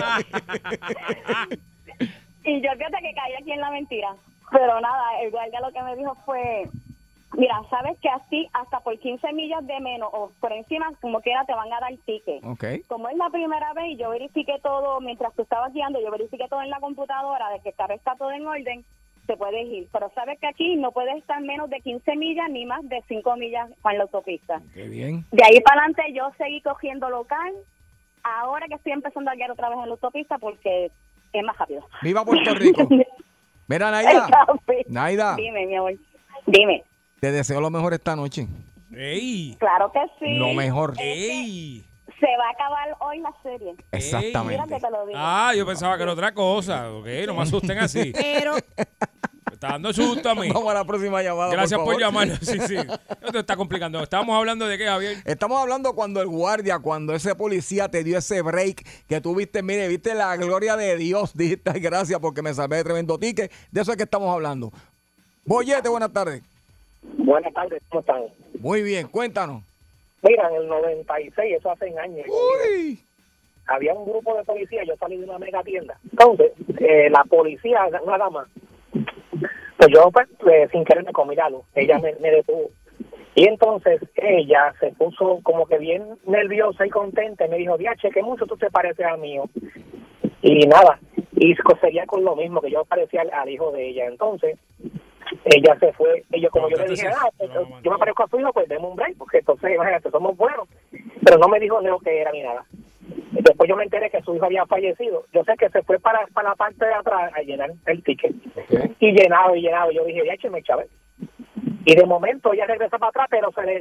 Y yo fíjate que caí aquí en la mentira. Pero nada, el guardia lo que me dijo fue... Mira, sabes que así hasta por 15 millas de menos o por encima, como quiera, te van a dar ticket. Okay. Como es la primera vez y yo verifiqué todo, mientras tú estabas guiando, yo verifiqué todo en la computadora, de que el carro está todo en orden, te puedes ir. Pero sabes que aquí no puedes estar menos de 15 millas ni más de 5 millas con la autopista. Qué bien. De ahí para adelante yo seguí cogiendo local. Ahora que estoy empezando a guiar otra vez en la autopista porque es más rápido. ¡Viva Puerto Rico! Mira, Naida. Naida, Dime, mi amor. Dime. te deseo lo mejor esta noche. ¡Ey! Claro que sí. Lo mejor. ¡Ey! Se va a acabar hoy la serie. Mira que Exactamente. te lo digo. Ah, yo pensaba que era otra cosa. Ok, no me asusten así. Pero Me está dando susto a mí. Vamos a la próxima llamada. Gracias por favor. llamarnos. Sí, sí. No te está complicando. Estábamos hablando de qué, Javier. Estamos hablando cuando el guardia, cuando ese policía te dio ese break que tú viste, mire, viste la gloria de Dios, dijiste, "Ay, gracias porque me salvé de tremendo ticket". De eso es que estamos hablando. Boyete, buenas tardes. Buenas tardes, ¿cómo están? Muy bien, cuéntanos. Mira, en el 96, eso hace años, Uy. había un grupo de policías, yo salí de una mega tienda. Entonces, la policía, una dama, pues yo pues, sin querer me comí algo, ella me detuvo. Y entonces ella se puso como que bien nerviosa y contenta y me dijo, Diache, que mucho tú te pareces a mí. Y nada, y seguía con lo mismo, que yo parecía al hijo de ella. Entonces, ella se fue, y yo como yo le dije, yo me parezco a su hijo, pues deme un break, porque entonces, imagínate, somos buenos. Pero no me dijo lo que era ni nada. Después yo me enteré que su hijo había fallecido. Yo sé que se fue para la parte de atrás a llenar el ticket. Y llenado. Yo dije, Diache, me chavé. Y de momento ella regresa para atrás, pero se le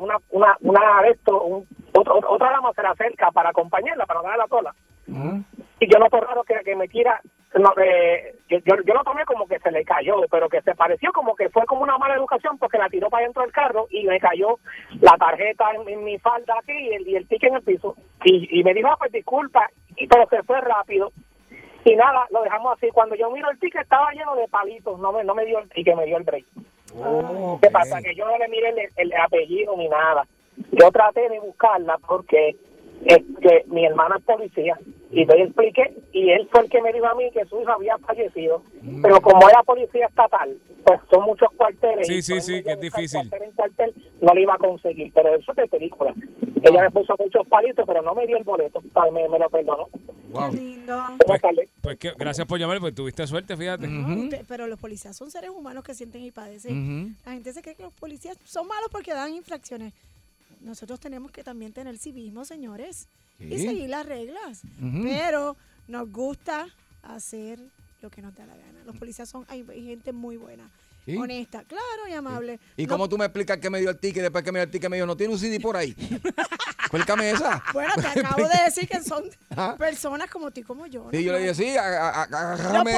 otra dama se le acerca para acompañarla, para no darle la tola. Y yo noto raro que me quiera, yo lo tomé como que se le cayó, pero que se pareció como que fue como una mala educación porque la tiró para dentro del carro y me cayó la tarjeta en mi falda aquí y el ticket en el piso. Y me dijo, pues disculpa, pero se fue rápido. Y nada, lo dejamos así. Cuando yo miro el ticket estaba lleno de palitos, no me dio el ticket, me dio el break. ¿Qué pasa? Que yo no le miré el apellido ni nada. Yo traté de buscarla porque que mi hermana es policía y yo le expliqué y él fue el que me dijo a mí que su hijo había fallecido, pero como era policía estatal, pues son muchos cuarteles. Sí, que es difícil. Cuartel en cuartel no le iba a conseguir, pero eso es de película. Ella me puso muchos palitos, pero no me dio el boleto, me lo perdonó. Wow. lindo. Pues gracias por llamar, pues tuviste suerte, fíjate. Pero los policías son seres humanos que sienten y padecen. La gente se cree que los policías son malos porque dan infracciones. Nosotros tenemos que también tener civismo, señores, y seguir las reglas. Pero nos gusta hacer lo que nos da la gana. Los policías hay gente muy buena, honesta, claro y amable. ¿Y cómo tú me explicas que me dio el ticket después que me dio el ticket me dijo, no tiene un CD por ahí? Cuélcame esa. Bueno, te acabo de decir que son personas como tú y como yo. Sí, yo le dije, sí, agárrame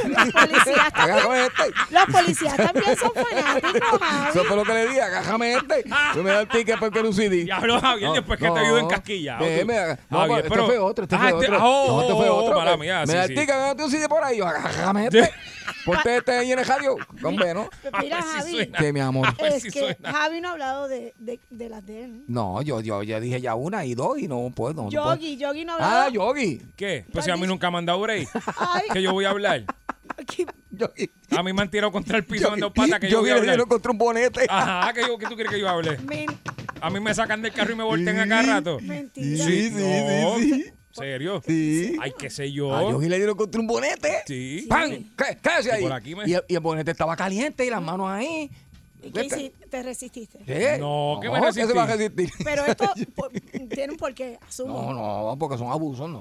Los policías también son fanáticos, Javi. Eso fue lo que le dije, agárrame Tú me das el ticket porque era un CD. Ya habló Javier después que te ayudo en casquilla. Este fue otro. Este fue otro. Mala mía, me da el ticket, me da un CD por ahí. Yo, agárrame Ponte ahí en el radio. Hombre, ¿no? Mira, Javi. Sí, mi amor. Es que Javi no ha hablado de las de él. No, yo ya dije ya una y dos y no puedo. Yogi no ha hablado. Ah, Yogi. ¿Qué? Pues si a mí nunca me han dado break. ¿Que yo voy a hablar? A mí me han tirado contra el piso en dos patas que yo voy a hablar. Yo contra un bonete. Ajá, ¿qué tú quieres que yo hable? A mí me sacan del carro y me voltean a cada rato. Mentira. Sí. ¿Serio? Sí. Ay, qué sé yo. A Yogi le dieron contra un bonete. Sí. ¡Pam! ¿Qué hace ahí? Por aquí y el bonete estaba caliente y las manos ahí. ¿Y qué hiciste? ¿Te resististe? ¿Qué? No, ¿qué me ¿Qué resistí? se va a resistir? Pero esto tiene un porqué, asumo. No, porque son abusos, no.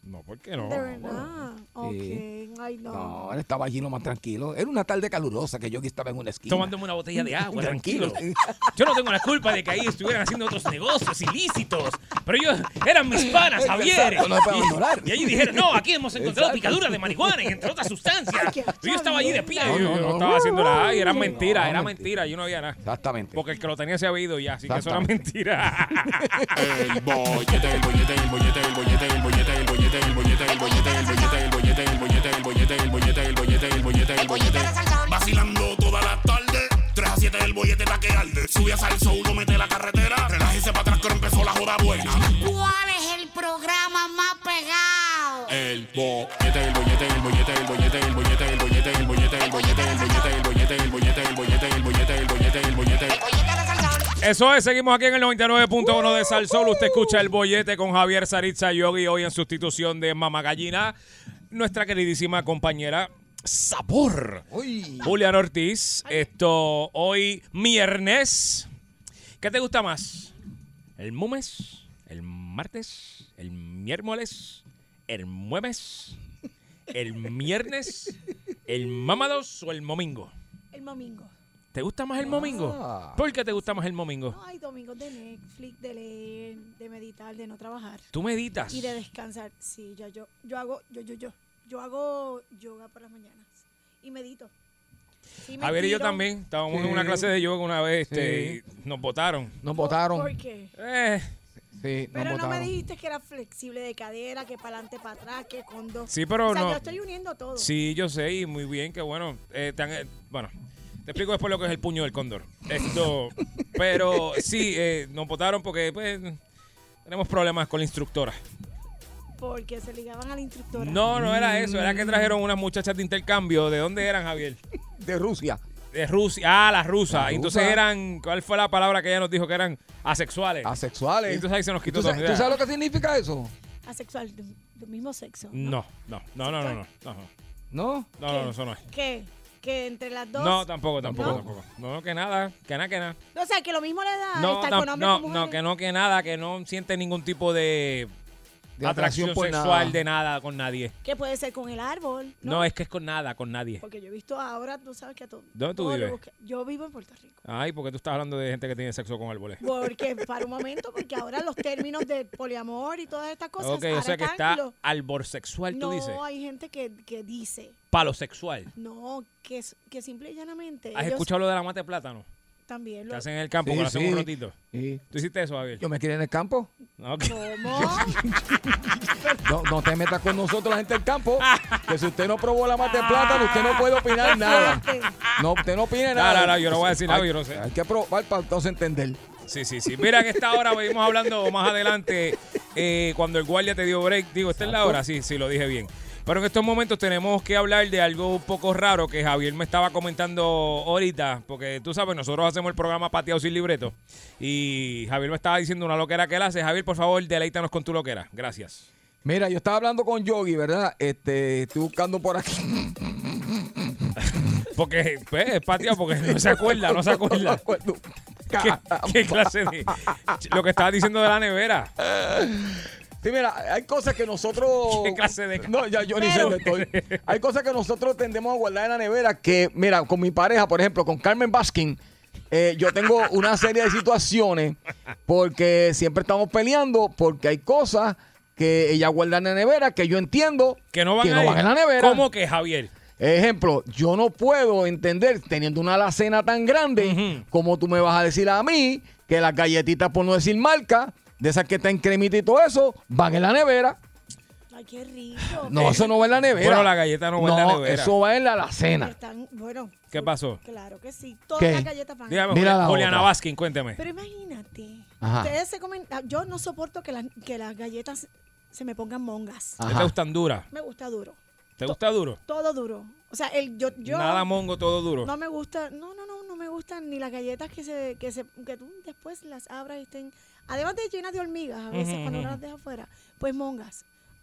No, ¿por qué no? De verdad. Ok. Ay, no. No, él estaba allí lo más tranquilo. Era una tarde calurosa que Yogi estaba en una esquina. Tomándome una botella de agua, tranquilo. Yo no tengo la culpa de que ahí estuvieran haciendo otros negocios ilícitos. Pero eran mis panas, Javier. Exacto, no se puede abandonar. Y allí dijeron, no, aquí hemos encontrado Exacto. picaduras de marihuana y entre otras sustancias. Qué Yo estaba allí de pie. chavienda. Yo no estaba haciendo nada. Y era mentira, era mentira. Yo no había nada. Exactamente. Porque el que lo tenía se había ido ya, así que eso era Exactamente. mentira. El bollete, el bollete, el bollete, el bollete, el bollete, el bollete, el bollete, el bollete, el bollete, el bollete, el bollete, el bollete, el bollete, el bollete, el bollete, el bollete. Vacilando toda la tarde, 3 a 7 el bollete está que arde. Sube a Salso, uno mete la carretera, relájese para atrás que ahora empezó la joda buena. ¿Cuál es el programa más pegado? El bollete, el bollete, el bollete, el bollete, el bollete, el bollete, el bollete, el bollete, el bollete, el bollete, el bollete, el bollete, el bollete, el bollete, el bollete. Eso es, seguimos aquí en el 99.1 de Sal Soul. Usted escucha El Bollete con Javier Saritza Yogi, hoy en sustitución de Mamá Gallina, nuestra queridísima compañera Sabor, Uy. Julián Ortiz. Esto hoy viernes. ¿Qué te gusta más? ¿El mumes? ¿El martes? ¿El miércoles? ¿El jueves? ¿El viernes? ¿El mamados o el domingo? El domingo. ¿Te gusta más el domingo? ¿Por qué te gusta más el domingo? Ay, domingos de Netflix, de leer, de meditar, de no trabajar. ¿Tú meditas? Y de descansar. Sí, yo hago yoga por las mañanas. Y medito. Sí, me Javier y yo tiro. también estábamos en Sí. una clase de yoga una vez Sí. y nos votaron. Nos votaron. ¿Por qué? Sí, nos Pero no me votaron. dijiste que era flexible de cadera, que para adelante, para atrás, que con dos. Sí, pero o sea, no. yo estoy uniendo todo. Sí, yo sé, y muy bien, que bueno. Bueno, te explico después lo que es el puño del cóndor. Pero sí, nos votaron porque pues tenemos problemas con la instructora. Porque se ligaban a la instructora. No era eso, era que trajeron unas muchachas de intercambio. ¿De dónde eran, Javier? De Rusia. De Rusia. Ah, las rusas. Las Entonces rusas. eran, ¿cuál fue la palabra que ella nos dijo? Que eran asexuales. Asexuales. Y entonces ahí se nos quitó ¿Tú todo. sabes lo que significa eso? Asexual, del mismo sexo. No, ¿No? eso no es. ¿Qué? Que entre las dos. No, tampoco. ¿No? No, que nada. O sea, que lo mismo le da No, estar con hombres como mujeres. que nada, que no siente ningún tipo de De atracción por sexual nada. de nada con nadie. Que puede ser con el árbol. No, es que es con nada, con nadie. Porque yo he visto ahora, tú sabes que a todo. ¿Dónde tú todo vives? lo busca- Yo vivo en Puerto Rico. Ay, porque tú estás hablando de gente que tiene sexo con árboles. Porque, para un momento, porque ahora los términos de poliamor y todas estas cosas. Ok, o ahora sea que están está alborsexual, tú No, dices. hay gente que dice. Palosexual. No, que simple y llanamente. ¿Has ellos escuchado lo de la mate de plátano? también Que lo. hacen en el campo, Sí, que lo hacen sí. un rotito. Sí. ¿Tú hiciste eso, Javier? Yo me quiero en el campo. Ok. ¿Cómo? No te metas con nosotros, la gente del campo. Que si usted no probó la mate de plátano, usted no puede opinar nada. No, usted no opine nada. No, yo no voy a decir nada, yo no sé. Hay que probar para entonces entender. Sí. Mira, en esta hora venimos hablando más adelante cuando el guardia te dio break. Digo, ¿esta es la hora? Sí, lo dije bien. Pero en estos momentos tenemos que hablar de algo un poco raro que Javier me estaba comentando ahorita, porque tú sabes, nosotros hacemos el programa Pateado sin libreto y Javier me estaba diciendo una loquera que él hace. Javier, por favor, deleítanos con tu loquera. Gracias. Mira, yo estaba hablando con Yogi, ¿verdad? Estoy buscando por aquí. Porque, pues, es pateado porque no se acuerda. No me acuerdo. ¿Qué clase de...? Lo que estabas diciendo de la nevera. Sí, mira, hay cosas que nosotros... ¿Qué clase de...? No, ya yo ni sé dónde estoy. Hay cosas que nosotros tendemos a guardar en la nevera que, mira, con mi pareja, por ejemplo, con Carmen Baskin, yo tengo una serie de situaciones porque siempre estamos peleando porque hay cosas que ella guarda en la nevera que yo entiendo Que no van en la nevera. ¿Cómo que, Javier? Ejemplo, yo no puedo entender, teniendo una alacena tan grande, como tú me vas a decir a mí que las galletitas, por no decir marca, de esas que están en cremita y todo eso, van en la nevera. Ay, qué rico. No, eso no va en la nevera. Bueno, la galleta no va en la nevera. Eso va en la alacena. Están, bueno. ¿Qué pasó? Claro que sí. Todas ¿Qué? las galletas van. Dígame, Mira la Juliana otra. Baskin, cuénteme. Pero imagínate. Ajá. Ustedes se comen. Yo no soporto que las galletas se me pongan mongas. ¿Qué te gustan duras? Me gusta duro. ¿Te gusta duro? Todo duro. O sea, yo Nada mongo, todo duro. no me gusta, no me gustan ni las galletas que tú después las abras y estén, además de llenas de hormigas a veces cuando uno las dejas afuera, pues mongas.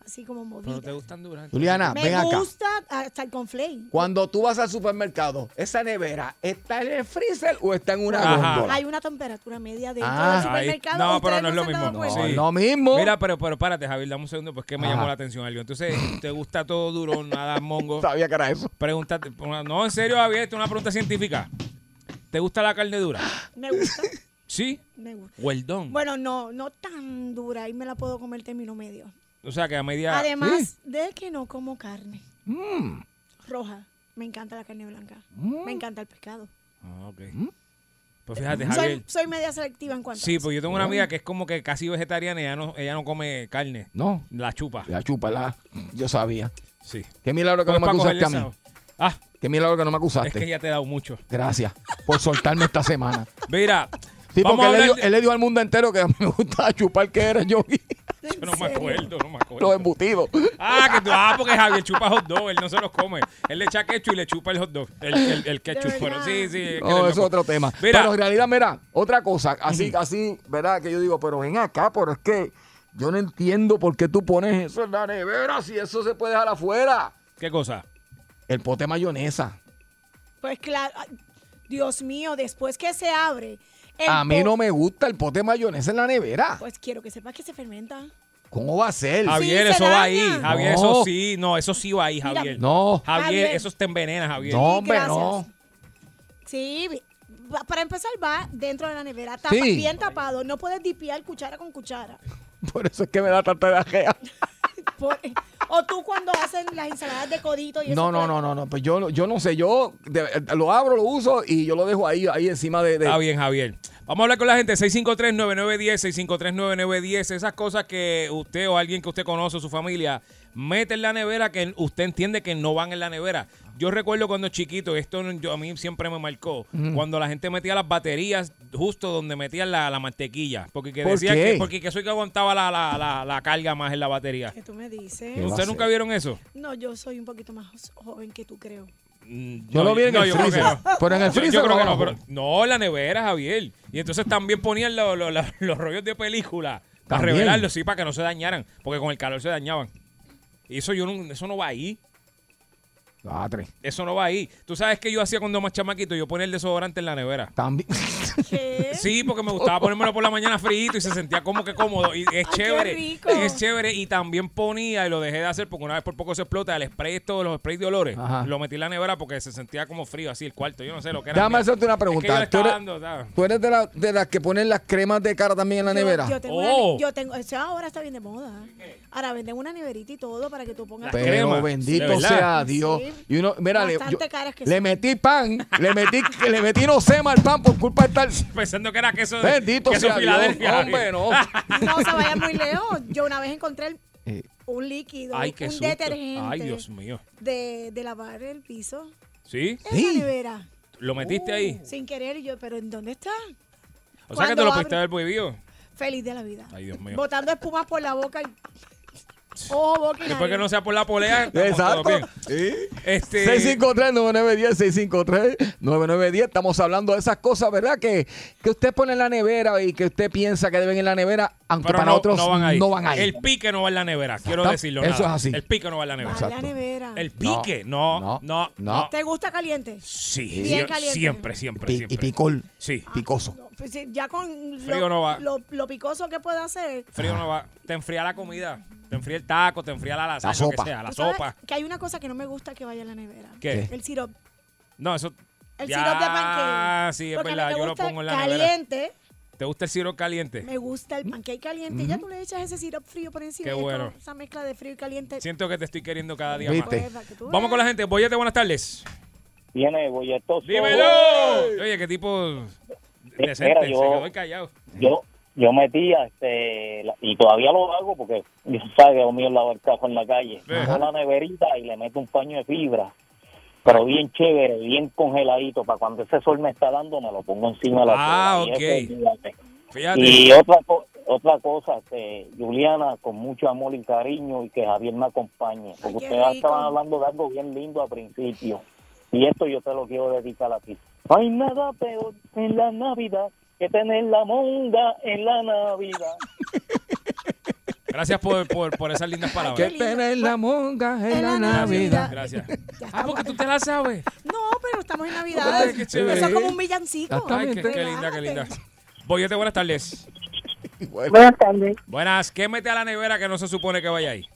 así como Pero movida. te gustan duras. Juliana, ven Me acá. gusta hasta el conflay. Cuando tú vas al supermercado, ¿esa nevera está en el freezer o está en una Ajá. góndola? Hay una temperatura media dentro Ah. del supermercado. No, ¿Ustedes pero no es lo se han mismo. dado No, cuenta? es lo mismo. Mira, pero párate, Javier, dame un segundo, pues que me Ajá. llamó la atención algo. Entonces, ¿te gusta todo duro, nada mongo? Sabía que era eso. Pregúntate, no, en serio, Javier, esto es una pregunta científica. ¿Te gusta la carne dura? Me gusta. ¿Sí? Me gusta. Well done. Bueno, no tan dura. Ahí me la puedo comer término medio. O sea, que a media... Además de que no como carne Mm. roja. Me encanta la carne blanca. Me encanta el pescado. Ah, ok. Pues fíjate, Javier. Soy media selectiva en cuanto a Sí, eso. pues yo tengo una amiga que es como que casi vegetariana y ella no come carne. No. La chupa. La chúpala. Yo sabía. Sí. Qué milagro que Pues no me para acusaste a cogerle mí. esa- Ah, Qué milagro que no me es que acusaste. ella te ha dado mucho. Gracias por soltarme esta semana. Mira, Sí, vamos porque a él le, hablar dio, él le dio al mundo entero que me gustaba chupar que era yo. Yo no me acuerdo, no me acuerdo. Los embutidos. Porque Javier chupa hot dog, él no se los come. Él le echa ketchup y le chupa el hot dog. El ketchup. De Bueno, verdad. sí, sí. es que No, él eso es loco. otro tema. Mira. Pero en realidad, mira, otra cosa, así, ¿verdad? Que yo digo, pero ven acá, pero es que yo no entiendo por qué tú pones eso en la nevera si eso se puede dejar afuera. ¿Qué cosa? El pote de mayonesa. Pues claro. Ay, Dios mío, después que se abre. A mí no me gusta el pote de mayonesa en la nevera. Pues quiero que sepas que se fermenta. ¿Cómo va a ser? Javier, se eso va daña. ahí. Javier, No. eso sí. No, eso sí va ahí, Mira, Javier. No. Javier, Javier. eso te envenena, Javier. No, hombre, Gracias. no. Sí, para empezar va dentro de la nevera. Sí. Bien tapado. No puedes dipiar cuchara con cuchara. Por eso es que me da tanta diarrea. O tú cuando hacen las ensaladas de codito y eso. No. Pues yo no sé. Yo lo abro, lo uso y yo lo dejo ahí encima de. Está bien, Javier. Vamos a hablar con la gente. 653-9910, 653-9910. Esas cosas que usted o alguien que usted conoce o su familia mete en la nevera que usted entiende que no van en la nevera. Yo recuerdo cuando chiquito, a mí siempre me marcó, cuando la gente metía las baterías justo donde metían la mantequilla. Porque que ¿Por decía qué? porque eso es que aguantaba la carga más en la batería. ¿Qué tú me dices? ¿Qué va a ¿Ustedes nunca vieron eso? No, yo soy un poquito más joven que tú, creo. Yo lo vi en el yo creo que freezer. no. Pero en el freezer Yo creo que no, abajo. pero no, en la nevera, Javier. Y entonces también ponían los rollos de película para También. revelarlos, sí, para que no se dañaran, porque con el calor se dañaban. Y eso eso no va ahí. Padre. Eso no va ahí. Tú sabes que yo hacía cuando más chamaquito, yo ponía el desodorante en la nevera. También. ¿Qué? Sí, porque me gustaba ponérmelo por la mañana frito y se sentía como que cómodo. Y es Ay, qué chévere. rico. Es chévere. Y también ponía, y lo dejé de hacer porque una vez por poco se explota, el spray, los sprays de olores. Ajá. Lo metí en la nevera porque se sentía como frío así el cuarto. Yo no sé lo que era. Déjame hacerte una Es que yo pregunta. le ¿Tú estaba eres, dando, ¿sabes? tú eres de las que ponen las cremas de cara también en la nevera? Yo tengo, Oh. yo tengo, eso ahora está bien de moda. Ahora venden una neverita y todo para que tú pongas. Las Pero cremas, de bendito verdad. sea Dios. Sí. Y uno, mira, Bastante caras que le son. metí pan, le metí no sema al pan por culpa de estar. Pensando que era queso, Bendito queso sea Dios. Filadelfia. Hombre, no. No se vaya muy lejos. Yo una vez encontré Eh, un líquido, Ay, qué un susto. detergente Ay, Dios mío. de lavar el piso ¿Sí? en la nevera. ¿Lo metiste ahí? Sin querer y yo, pero ¿en dónde está? O sea que te Cuando lo abro- pudiste haber prohibido. Feliz de la vida. Ay, Dios mío. Botando espuma por la boca y... Oh, boca y Después nariz. que no sea por la polea, estamos Exacto. todos bien. Sí. Este, 653-9910, 653-9910. Estamos hablando de esas cosas, ¿verdad? Que usted pone en la nevera y que usted piensa que deben ir en la nevera, aunque pero para otros no van ahí. El pique no va en la nevera, quiero Exacto. decirlo. Eso nada. es así. El pique no va en la nevera. Va en la Exacto. nevera. El pique, no. ¿Te gusta caliente? Sí, Bien caliente. siempre. Y picor, Sí, picoso. No, pues, ya con Frío no va. lo picoso que puede hacer. frío no va. Te enfría la comida, te enfría el taco, te enfría la lasaña, lo sopa. que sea, la ¿Tú sabes sopa. que hay una cosa que no me gusta que vaya en la nevera? ¿Qué? El sirope. No, eso... El ya, sirope de pancake. Ah, sí, es Porque a mí verdad, me yo lo gusta pongo en la nevera. caliente. ¿Te gusta el sirope caliente? Me gusta el pancake caliente. Y ya tú le echas ese sirope frío por encima. Qué y es bueno. como esa mezcla de frío y caliente. Siento que te estoy queriendo cada día ¿Viste? más. Pues, que tú Vamos veas. con la gente. Boyete, buenas tardes. Viene bolletoso. ¡Dímelo! Oye, qué tipo decente. Mira, Se yo- quedó callado. Yo metía, y todavía lo hago porque yo sabe que lo mío es lavar el carro en la calle. Ajá. Cojo la neverita y le meto un paño de fibra, pero bien chévere, bien congeladito, para cuando ese sol me está dando, me lo pongo encima de la Ah, tela. Y eso, ok. fíjate. Fíjate. Y otra cosa, Juliana, con mucho amor y cariño, y que Javier me acompañe, porque qué ustedes rico. estaban hablando de algo bien lindo al principio, y esto yo te lo quiero dedicar a ti. No hay nada peor en la Navidad que tener la monda en la Navidad. Gracias por esas lindas palabras. Que tener la monga en la Navidad. Gracias. Ya Porque está. tú te la sabes. No, pero estamos en Navidad. Qué chévere. Eso es como un villancico. Ay, qué linda, qué linda. Boyete, buenas tardes. Buenas tardes. Buenas, ¿qué mete a la nevera que no se supone que vaya ahí?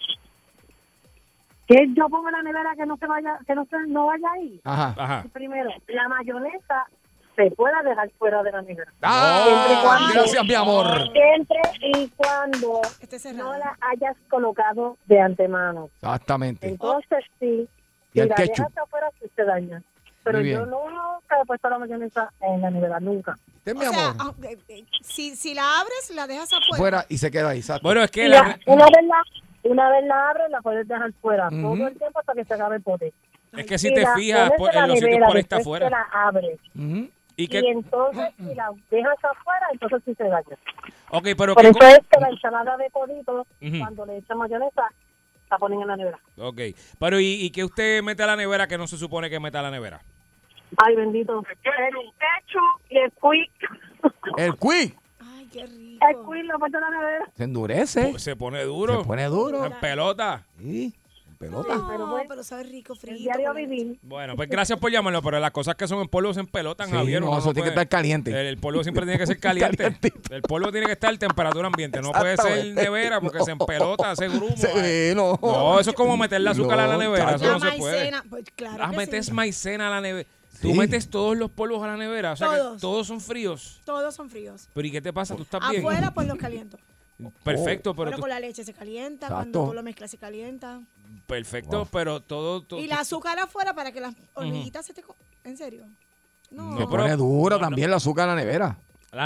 Que yo pongo en la nevera que no se vaya, no vaya ahí. Ajá. Primero, la mayonesa se puede dejar fuera de la nevera. Ah, Siempre y gracias, mi amor. Siempre y cuando no la hayas colocado de antemano. Exactamente. Entonces sí, Y el la ketchup. dejas afuera sí se daña. Pero Muy bien. yo nunca he puesto la mayonesa en la nevera, nunca. Ten, mi O sea, amor. si la abres, la dejas afuera. Fuera y se queda ahí. Exacto. Bueno, es que Una vez la abres, la puedes dejar fuera todo el tiempo hasta que se acabe el pote. Es que si Y te la fijas pones en en la los sitios nevera, por ahí está después afuera. que la abres. ¿Y Y qué? entonces, si la dejas afuera, entonces sí se daña. Ok, pero Por ¿qué eso es que la ensalada de codito, Ujú. cuando le echan mayonesa, la ponen en la nevera. Ok, pero ¿y qué usted mete a la nevera que no se supone que meta a la nevera? Ay, bendito. El ketchup y el quick. El quick Ay, qué rico. El quick lo meto en la nevera. se endurece. Se pone duro. Se pone duro. En pelota. Sí, en pelota. No, pero sabe rico, El frito. diario vivir. Bueno, pues gracias por llamarlo, pero las cosas que son en polvo se empelotan, Sí, Javier. no, uno eso tiene que puede- estar caliente. El polvo siempre tiene que ser caliente. Calientito. El polvo tiene que estar en temperatura ambiente. No puede ser Exactamente. nevera porque se empelota, hace grumo. Sí, no. No, eso es como meterle azúcar a la No, nevera. Eso La no se puede. maicena, pues claro que Metes sí. maicena a la nevera. Tú Sí. metes todos los polvos a la nevera. O sea Todos. que todos son fríos. Todos son fríos. Pero ¿y qué te pasa? ¿Tú estás bien? Afuera, pues los caliento. Perfecto, pero Bueno, tú... con la leche se calienta, Exacto. cuando tú lo mezclas se calienta. Perfecto, pero todo... Y el azúcar afuera para que las hormiguitas se te... ¿En serio? No. Se pone dura también el azúcar en la nevera.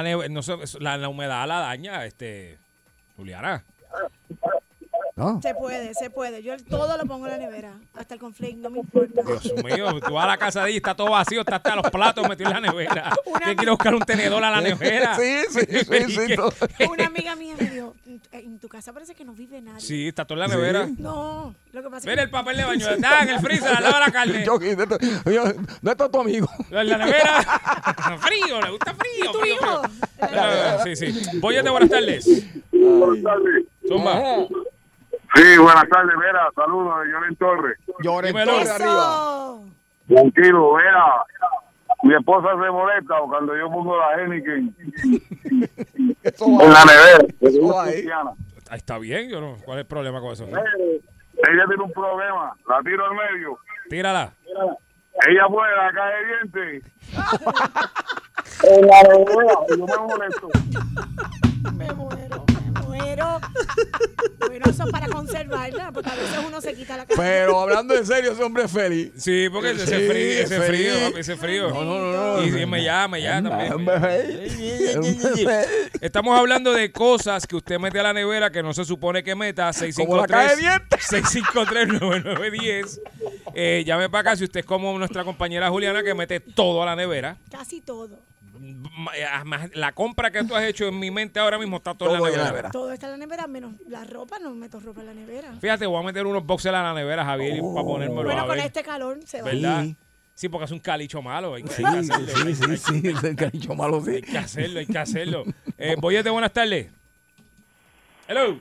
La humedad la daña, Juliana. ¿No? Se puede. Yo todo lo pongo en la nevera. Hasta el conflicto, no me importa. Dios mío, tú vas a la casa de ella y está todo vacío, está hasta los platos metidos en la nevera. Tienes que ir a buscar un tenedor a la nevera. Sí. todo. Una amiga mía me dijo, en tu casa parece que no vive nadie. Sí, está todo en la nevera. No, lo que pasa es Mira que... el papel de baño, está en el freezer, al lado de la carne. Yogi, ¿dónde está tu amigo? En la nevera. Frío, le gusta frío. ¿Y tu frío, hijo? frío. Sí. Boyete, buenas tardes. Buenas tardes. Zumba. Sí, buenas tardes, Vera. Saludos de Lloren Torres. Lloren Dímelo. Torres arriba. Eso. Tranquilo, Vera. Mi esposa se molesta cuando yo pongo la Heineken Eso en va. la nevera. Eso va ahí. Cristiana. Ahí está bien, yo no. ¿Cuál es el problema con eso? Ella tiene un problema. La tiro al medio. Tírala. Ella puede la caja de dientes. En la nevera. Y yo me molesto. Me muero. Bueno, eso es para conservarla, porque a veces uno se quita la cara. Pero hablando en serio, ese hombre es feliz. Sí, porque ese Sí, frío, ese feliz. frío, papi, ese frío. No. Y me llama también. Hombre. Estamos hablando de cosas que usted mete a la nevera que no se supone que meta. Como la caja de dientes. 653-9910. Llame para acá si usted es como nuestra compañera Juliana que mete todo a la nevera. Casi todo. Además, la compra que tú has hecho en mi mente ahora mismo está todo en la nevera. Todo está en la nevera, menos la ropa. No meto ropa en la nevera. Fíjate, voy a meter unos boxers a la nevera, Javier, para ponérmelo Bueno, a con ver. este calor se va. ¿Verdad? Sí, porque es un calicho malo. Hay que Sí, hacerlo. sí, el cariño malo, sí. Hay que hacerlo. Boyete, buenas tardes. Hello.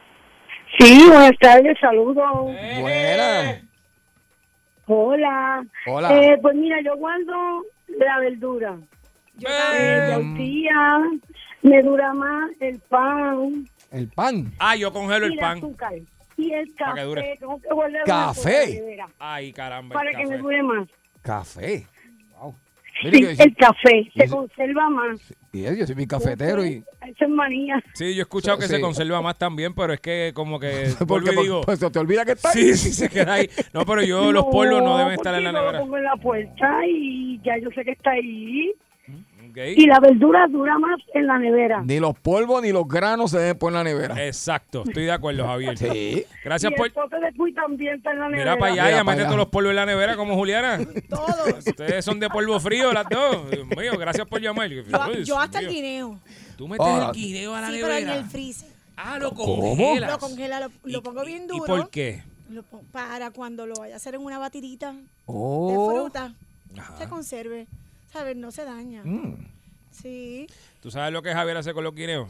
Sí, buenas tardes, saludos. Buena. Hola. Hola. Pues mira, yo guardo la verdura. De tortilla, me dura más el pan El pan. Yo congelo y el el pan. azúcar. Y el Para que dure. café, tengo que guardar ¿Café? en la nevera Ay, caramba. para el que me café. dure más. Café. Wow. Sí, Mire que el café se sí. conserva más. yo soy mi cafetero y... Eso es manía. Sí, yo he escuchado que Sí. se conserva más también, pero es que como que vuelvo y digo, pues se te olvida que está ahí. sí, se queda ahí. No, pero los polvos no deben estar en la porque yo nevera. lo pongo en la puerta y ya yo sé que está ahí. Ok. Y la verdura dura más en la nevera. Ni los polvos ni los granos se deben poner en la nevera. Exacto, estoy de acuerdo, Javier. Sí. Gracias Y por... el pote de cuy también está en la nevera. Mira para allá, Mira ya pa' mete allá. todos los polvos en la nevera como Juliana. Todos. Ustedes son de polvo frío las dos. Dios mío, gracias por llamar. Yo hasta el guineo. Tú metes Ah. el guineo a la Sí, pero en nevera. el freezer. Lo ¿Cómo? congelas. Lo congela, lo pongo bien duro. ¿Y por qué? Para cuando lo vaya a hacer en una batidita Oh. de fruta, se conserve. ¿Sabes? No se daña. Sí. ¿Tú sabes lo que Javier hace con los guineos?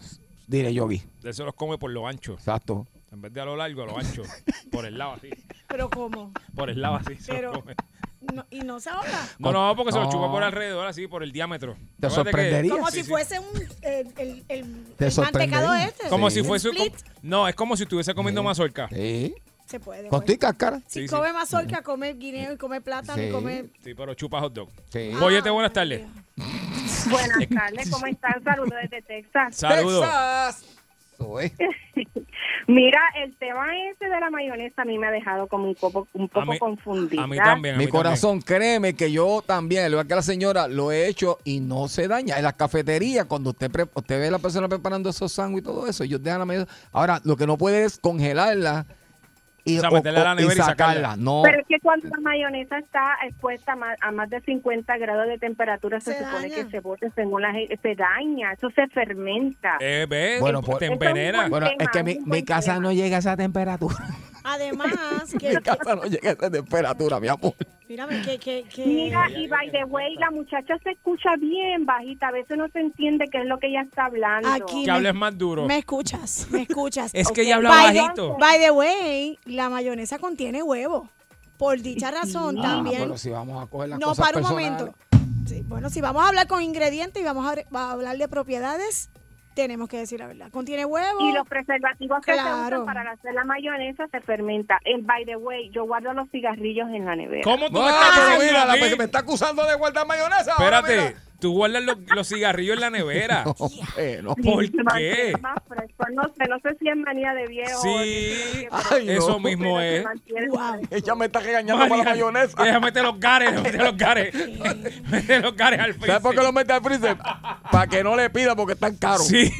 Dile, Yogi. Él se los come por lo ancho. Exacto. En vez de a lo largo, a lo ancho. Por el lado así. ¿Pero cómo? Por el lado así. Se Pero- los come. No, ¿y no se ahoga? No, porque se lo No. chupa por alrededor, así, por el diámetro. Te Acuérdate que- sorprendería. Como Sí, si sí. fuese el Te mantecado sorprendería. este. Como Sí. si fuese... Split. No, es como si estuviese comiendo mazorca. Sí. Se puede. Con tu y cáscara. Si Sí, come mazorca, come guineo y come plátano y Sí. come... Sí, pero chupa hot dog. Sí. Boyete, buenas tardes. Buenas tardes, ¿cómo están? Saludos desde Texas. Saludos. Texas. Eso es. Mira, el tema ese de la mayonesa a mí me ha dejado como un poco confundida. A mí también. a Mi mí corazón, créeme que yo también, al igual que la señora, lo he hecho y no se daña. En las cafeterías, cuando usted ve a la persona preparando esos sándwiches y todo eso, ellos dejan la mayonesa. Ahora, lo que no puede es congelarla y, O sea, meterla a la nevera y sacarla. No. Pero es que cuando la mayonesa está expuesta a más de 50 grados de temperatura, se Se supone daña. que se bote según se daña, eso se fermenta. ¿Ves? Bueno, te pues- envenena. Bueno, es que mi casa no llega a esa temperatura. Además, Mi casa no llega a esa temperatura, mi amor. mírame, que... Mira, y by the way, la muchacha se escucha bien bajita, a veces no se entiende qué es lo que ella está hablando. Aquí Que hables más duro. me escuchas, me escuchas. Es que Ok, ella habla By the- bajito. By the way, la mayonesa contiene huevo. Por dicha razón Ah, también. pero si vamos a coger las No, cosas para un personales. momento. Sí, bueno, si vamos a hablar con ingredientes y vamos a hablar de propiedades, tenemos que decir la verdad. Contiene huevo. Y los preservativos que se Claro. usan para hacer la mayonesa se fermenta. By the way, yo guardo los cigarrillos en la nevera. ¿Cómo tú me Ah, estás pero diciendo mira, a mí? me está acusando de guardar mayonesa. ahora Espérate, tú guardas los cigarrillos en la nevera. mira. No, ¿Por Se mantiene qué? más fresco. No sé si es manía de viejo. Sí. o si Ay, no. Eso mismo pero se es. mantiene Wow. fresco. Ella me está regañando por la mayonesa. Deja meter los gares, mete los gares. Mete los gares al freezer. ¿Sabes por qué lo mete al freezer? Para que no le pida porque están caros. Sí.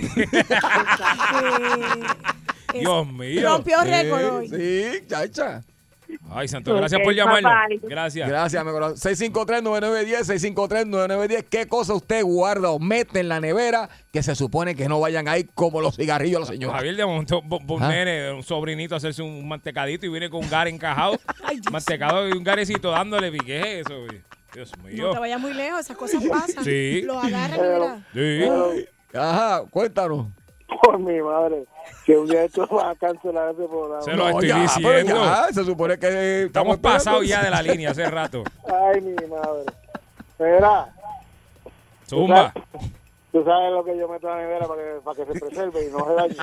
Eh, Dios mío. rompió récord hoy. Sí, chacha. Ay, Santo, gracias Ok, por llamarnos. bye, bye. Gracias. Gracias, mi corazón. 653-9910, 653-9910. ¿Qué cosa usted guarda o mete en la nevera que se supone que no vayan ahí como los cigarrillos de la señora? Javier de momento, un Ah. nene, un sobrinito, a hacerse un mantecadito y viene con un gar encajado. Ay, Dios. Mantecado y un garecito dándole. ¿Qué es eso? Güey? Dios mío. No te vayas muy lejos, esas cosas pasan. Sí. Lo agarran y mira. Sí. Ajá, cuéntanos. Por mi madre, que un día esto va a cancelar ese programa. Se lo estoy ya, diciendo. pero ya, se supone que Estamos esperando. pasados ya de la línea hace rato. Ay, mi madre. Mira, Zumba. tú sabes lo que yo meto en la nevera para que se preserve y no se dañe.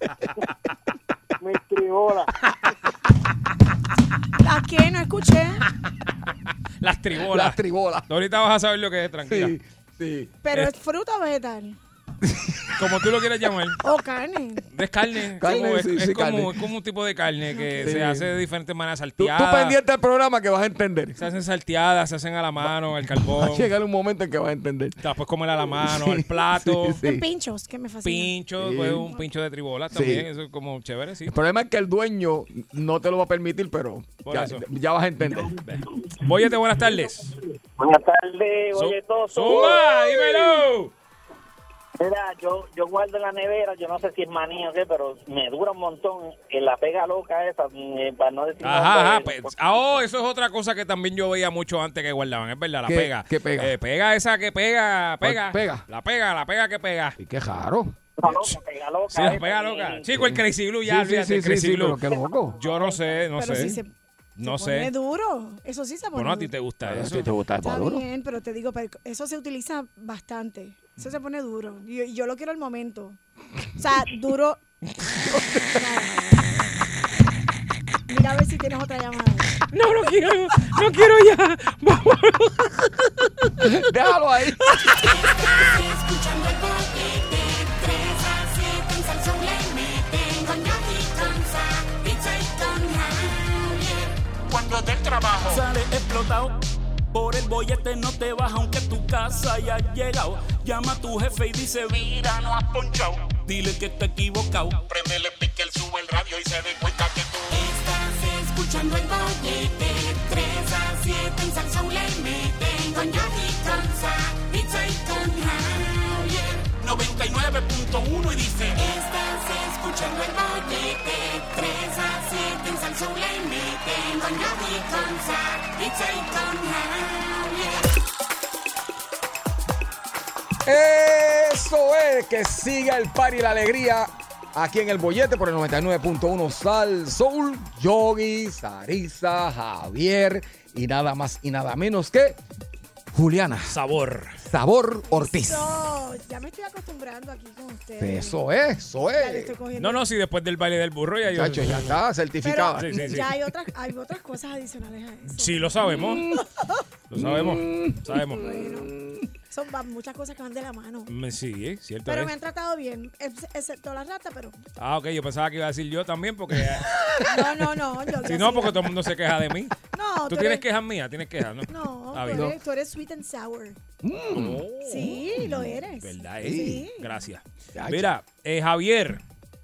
Mis tribolas. ¿A qué? No escuché. Las tribolas. Las tribolas. Ahorita vas a saber lo que es, tranquila. Sí, sí. Pero es fruta o vegetal. Como tú lo quieras llamar. O carne. Es carne. Carne, Como- es, sí, es sí, como, carne. es como un tipo de carne que Sí. se hace de diferentes maneras. Tú Salteadas. pendiente del programa que vas a entender. Se hacen salteadas, se hacen a la mano, al Va carbón. a llegar un momento en que vas a entender. Te las puedes comer a la mano, al plato. Sí, sí. Pinchos, que me fascina. Pincho, Sí. pues un pincho de tribola también. Sí. Eso es como chévere, sí. El problema es que el dueño no te lo va a permitir, pero Por ya, eso. ya vas a entender. Bóyete, buenas tardes. Buenas tardes, oye, todo. ¡Zumba! ¡Dímelo! Mira, yo guardo en la nevera, yo no sé si es manía o qué, pero me dura un montón en la pega loca esa, para no decir Ajá, nombre. pues, eso es otra cosa que también yo veía mucho antes que guardaban, es verdad, la ¿Qué- pega. qué pega? Pega esa que pega. ¿Cuál pega? La pega que pega. Y qué raro. La loca, pega loca. Sí, la esa, pega y- loca. Chico, el Crazy Blue ya, Sí, sí, olvídate, sí, el sí, Crazy sí, Blue. pero qué loco. Yo no sé, no Pero sé. si se No pone sé. duro. Eso sí se pone Bueno, a ti duro. te gusta Si eso. te gusta el Está duro. bien, pero te digo, pero eso se utiliza bastante. Eso se pone duro. Y yo lo quiero al momento. O sea, duro. Mira a ver si tienes otra llamada. No quiero ya. Déjalo ahí. Escuchando el bollete, 3 a 7 en Sal Soul le meten con Yogi, con Sa, Pizza y con Javier. Cuando del trabajo sale explotado, por el bollete no te vas aunque tu casa haya llegado. Llama a tu jefe y dice, mira, no has ponchado. Dile que está equivocado. Préndele pique, él sube el radio y se dé cuenta que tú Estás escuchando el bollete, 3 a 7 en Sal Soul le meten con Yogi, con Sa, Pizza y con Javier. 99.1 y dice, Estás escuchando el bollete, 3 a 7 en Sal Soul le meten con Yogi, con Sa, Pizza y con Javier. Eso señores, que siga el party y la alegría aquí en el Bollete por el 99.1 Sal Soul. Yogi, Sarisa, Javier y nada más y nada menos que Juliana. Sabor Ortiz. Ya me estoy acostumbrando aquí con ustedes. Eso es. Ya le estoy cogiendo. No, sí, después del baile del burro ya yo... Chacho, ya está certificada. Pero Sí. ya hay otras cosas adicionales a eso. Sí, lo sabemos. Lo sabemos. Sabemos. Son muchas cosas que van de la mano. Sí, cierto Pero es. me han tratado bien, excepto la rata, pero... Ah, ok, yo pensaba que iba a decir yo también porque... No. Si no, porque todo el mundo se queja de mí. No, ¿Tú tienes quejas mías? ¿Tienes quejas, no? No, Ah, bien. tú eres sweet and sour. Oh, Sí, lo eres. ¿Verdad? Sí. Gracias. Chacho. Mira, Javier,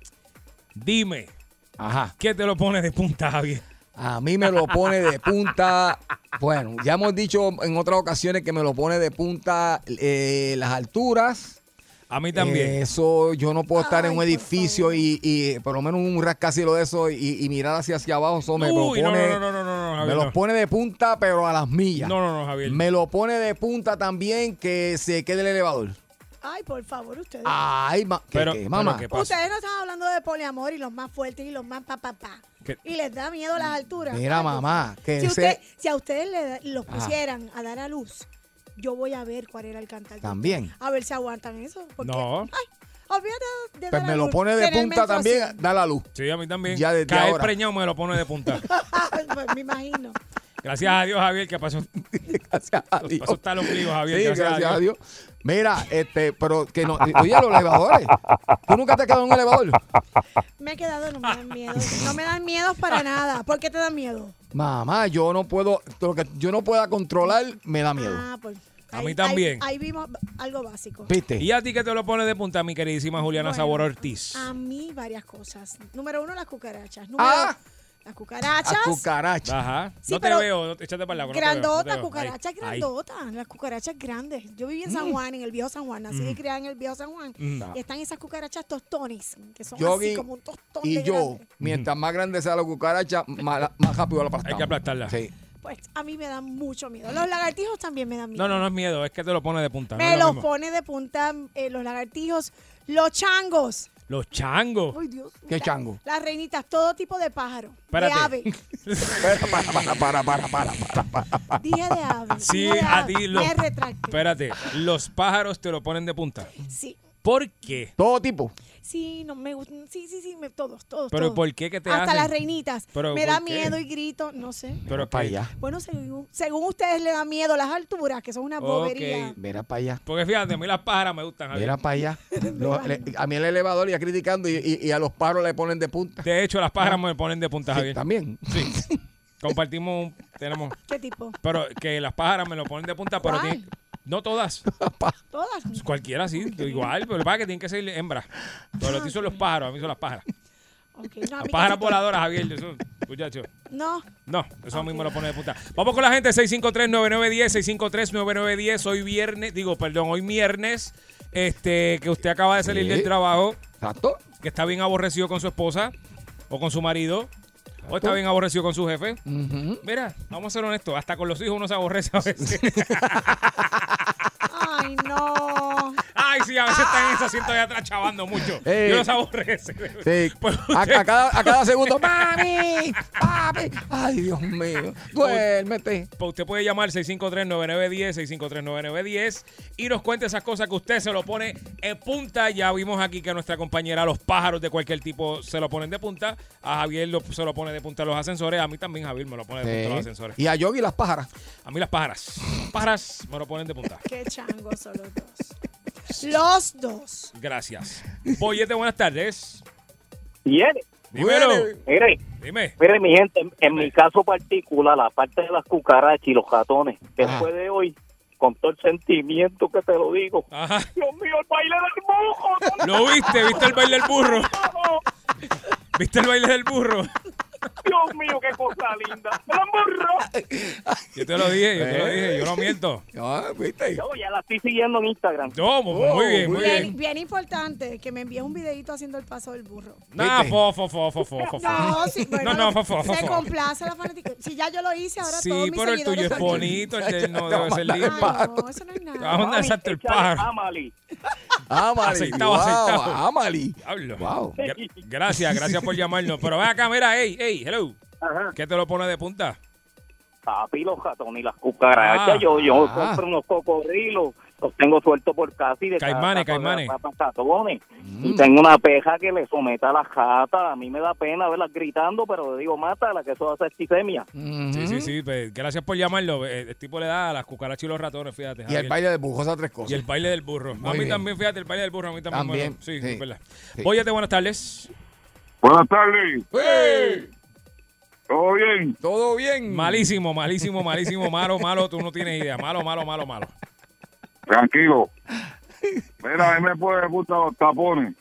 dime, Ajá. ¿qué te lo pone de punta, Javier? A mí me lo pone de punta. Bueno, ya hemos dicho en otras ocasiones que me lo pone de punta las alturas. A mí también. Eso, yo no puedo estar en un por edificio favor. y por lo menos un rascacielos de eso y mirar hacia abajo. Eso me lo Uy, pone, no, me Javier, lo no. pone de punta, pero a las millas. No, Javier. Me lo pone de punta también que se quede el elevador. Ay, por favor, ustedes. Ay, ¿qué, mamá? ¿qué pasa? Ustedes no están hablando de poliamor y los más fuertes y los más pa. ¿Qué? Y les da miedo las alturas. Mira, Ay, mamá, que si a ustedes los Ajá. pusieran a dar a luz, yo voy a ver cuál era el cantante. También. A ver si aguantan eso. Porque, No. Ay, olvídate de Pues dar a me lo luz, pone de tener punta también, menstruación. da la luz. Sí, a mí también. Ya desde Caer ahora. preñado me lo pone de punta. Pues me imagino. Gracias a Dios, Javier, que pasó. Gracias a Dios. Pasó hasta el ombligo, Javier. Sí, gracias a Dios. Mira, pero que no. Oye, los elevadores. ¿Tú nunca te has quedado en un elevador? Me he quedado, no me dan miedo. No me dan miedo para nada. ¿Por qué te dan miedo? Mamá, yo no puedo. Lo que yo no pueda controlar me da miedo. Ah, pues. A mí también. Ahí vimos algo básico. ¿Viste? ¿Y a ti qué te lo pone de punta, mi queridísima Juliana Bueno, Sabor Ortiz? A mí varias cosas. Número uno, las cucarachas. Las cucarachas. Las cucarachas. Ajá. Sí, no te pero veo, échate para el lado. Grandotas, no cucarachas te veo. Ahí. grandotas. Las cucarachas grandes. Yo viví en San Juan, en el viejo San Juan. Nací y criada en el viejo San Juan. Y están esas cucarachas tostones, que son Yogi así como un tostón y de yo, grande. mientras más grande sea la cucaracha, más rápido la aplastamos. Hay que aplastarla. Sí. Pues a mí me dan mucho miedo. Los lagartijos también me dan miedo. No es miedo, es que te lo pone de punta. no Me es lo los mismo. pone de punta los lagartijos, los changos. Los changos. Ay, Dios. ¿Qué chango? Las reinitas, todo tipo de pájaro. Espérate. De ave. Para. Dije de ave. Sí, dije de a ave. ti los. Me retracté. Espérate, los pájaros te lo ponen de punta. Sí. ¿Por qué? Todo tipo. Sí, no me gustan. Sí, todos. ¿Pero todos. por qué que te Hasta hacen? las reinitas. ¿Pero Me da por qué? miedo y grito, no sé. Pero para ¿qué? allá. Bueno, según ustedes le da miedo las alturas, que son una bobería. Ok. Mira para allá. Porque fíjate, a mí las pájaras me gustan. Javier. Mira para allá. A mí el elevador ya criticando y a los pájaros le ponen de punta. De hecho, las pájaras me ponen de punta, Sí, Javier. también. Sí. Compartimos, tenemos. ¿Qué tipo? Pero que las pájaras me lo ponen de punta, pero ¿Cuál? no todas. Todas. Cualquiera sí, igual, pero lo que pasa es que tienen que ser hembras. Pero los son los pájaros, a mí son las pájaras. Ok, no, a Las mí pájaras casi voladoras, Javier, eso, muchachos. No. No, eso a mí me lo pone de punta. Vamos con la gente, 653-9910, 653-9910. Hoy viernes, que usted acaba de salir Sí. del trabajo. Exacto. Que está bien aborrecido con su esposa o con su marido. O está bien aborrecido con su jefe. Ujú. Mira, vamos a ser honestos, hasta con los hijos uno se aborrece a veces. Ay, no. Ay, sí, a veces está en ese asiento de atrás chavando mucho. Ey. Y uno se aborrece. Sí. Pues A usted- cada segundo, ¡mami! ¡Papi! ¡Ay, Dios mío! ¡Duérmete! Pues usted puede llamar 653-9910, 653-9910 y nos cuente esas cosas que usted se lo pone en punta. Ya vimos aquí que a nuestra compañera los pájaros de cualquier tipo se lo ponen de punta. A Javier se lo pone de punta los ascensores. A mí también Javier me lo pone de punta los ascensores. Y a Yogi las pájaras. A mí las pájaras. Pájaras me lo ponen de punta. Qué changos son los dos. Los dos. Gracias. Boyete, buenas tardes. Viene. Dímelo. Mire, Dime. mire, mi gente, en mi caso particular, la parte de las cucarachas y los ratones, después de hoy, con todo el sentimiento que te lo digo, Ajá. Dios mío, el baile del burro. ¿Lo viste? ¿Viste el baile del burro? ¿Viste el baile del burro? Dios mío, qué cosa linda. ¡El burro! Yo te lo dije, yo no miento. ¿Viste? Yo ya la estoy siguiendo en Instagram. No, muy bien, muy bien. Bien importante que me envíes un videito haciendo el paso del burro. Nah, ¿Viste? No, sí, bueno, No, se complace la fanática. Si ya yo lo hice, ahora todos Sí, mis pero el tuyo seguidores es también. bonito, el de él no debe ser lindo. Ay, no, eso no es nada. Vamos a lanzarte el pájaro. Amali. Aceitado, wow, aceitado. Amali. Diablo. Wow. Gracias por llamarnos. Pero ven acá, mira, hello. Ajá. ¿Qué te lo pone de punta? Papi, los ratones y las cucarachas. Yo compro unos cocodrilos, los tengo sueltos por casa y de Caimanes. ratones. Y tengo una peja que le someta a las jatas. A mí me da pena verlas gritando, pero digo, mátala, que eso va a ser septicemia. Sí. Pues, gracias por llamarlo. El tipo le da a las cucarachas y los ratones, fíjate. Y Javier. el baile de burro, esas tres cosas. Y el baile del burro. Muy a mí bien. también, fíjate, el baile del burro a mí también. También, Sí, sí. es verdad. Sí. Óyete, buenas tardes. Buenas tardes. ¡Hey! ¿Todo bien? Todo bien. Malísimo, malo, tú no tienes idea. Malo. Tranquilo. Mira, a mí me puede gustar los tapones.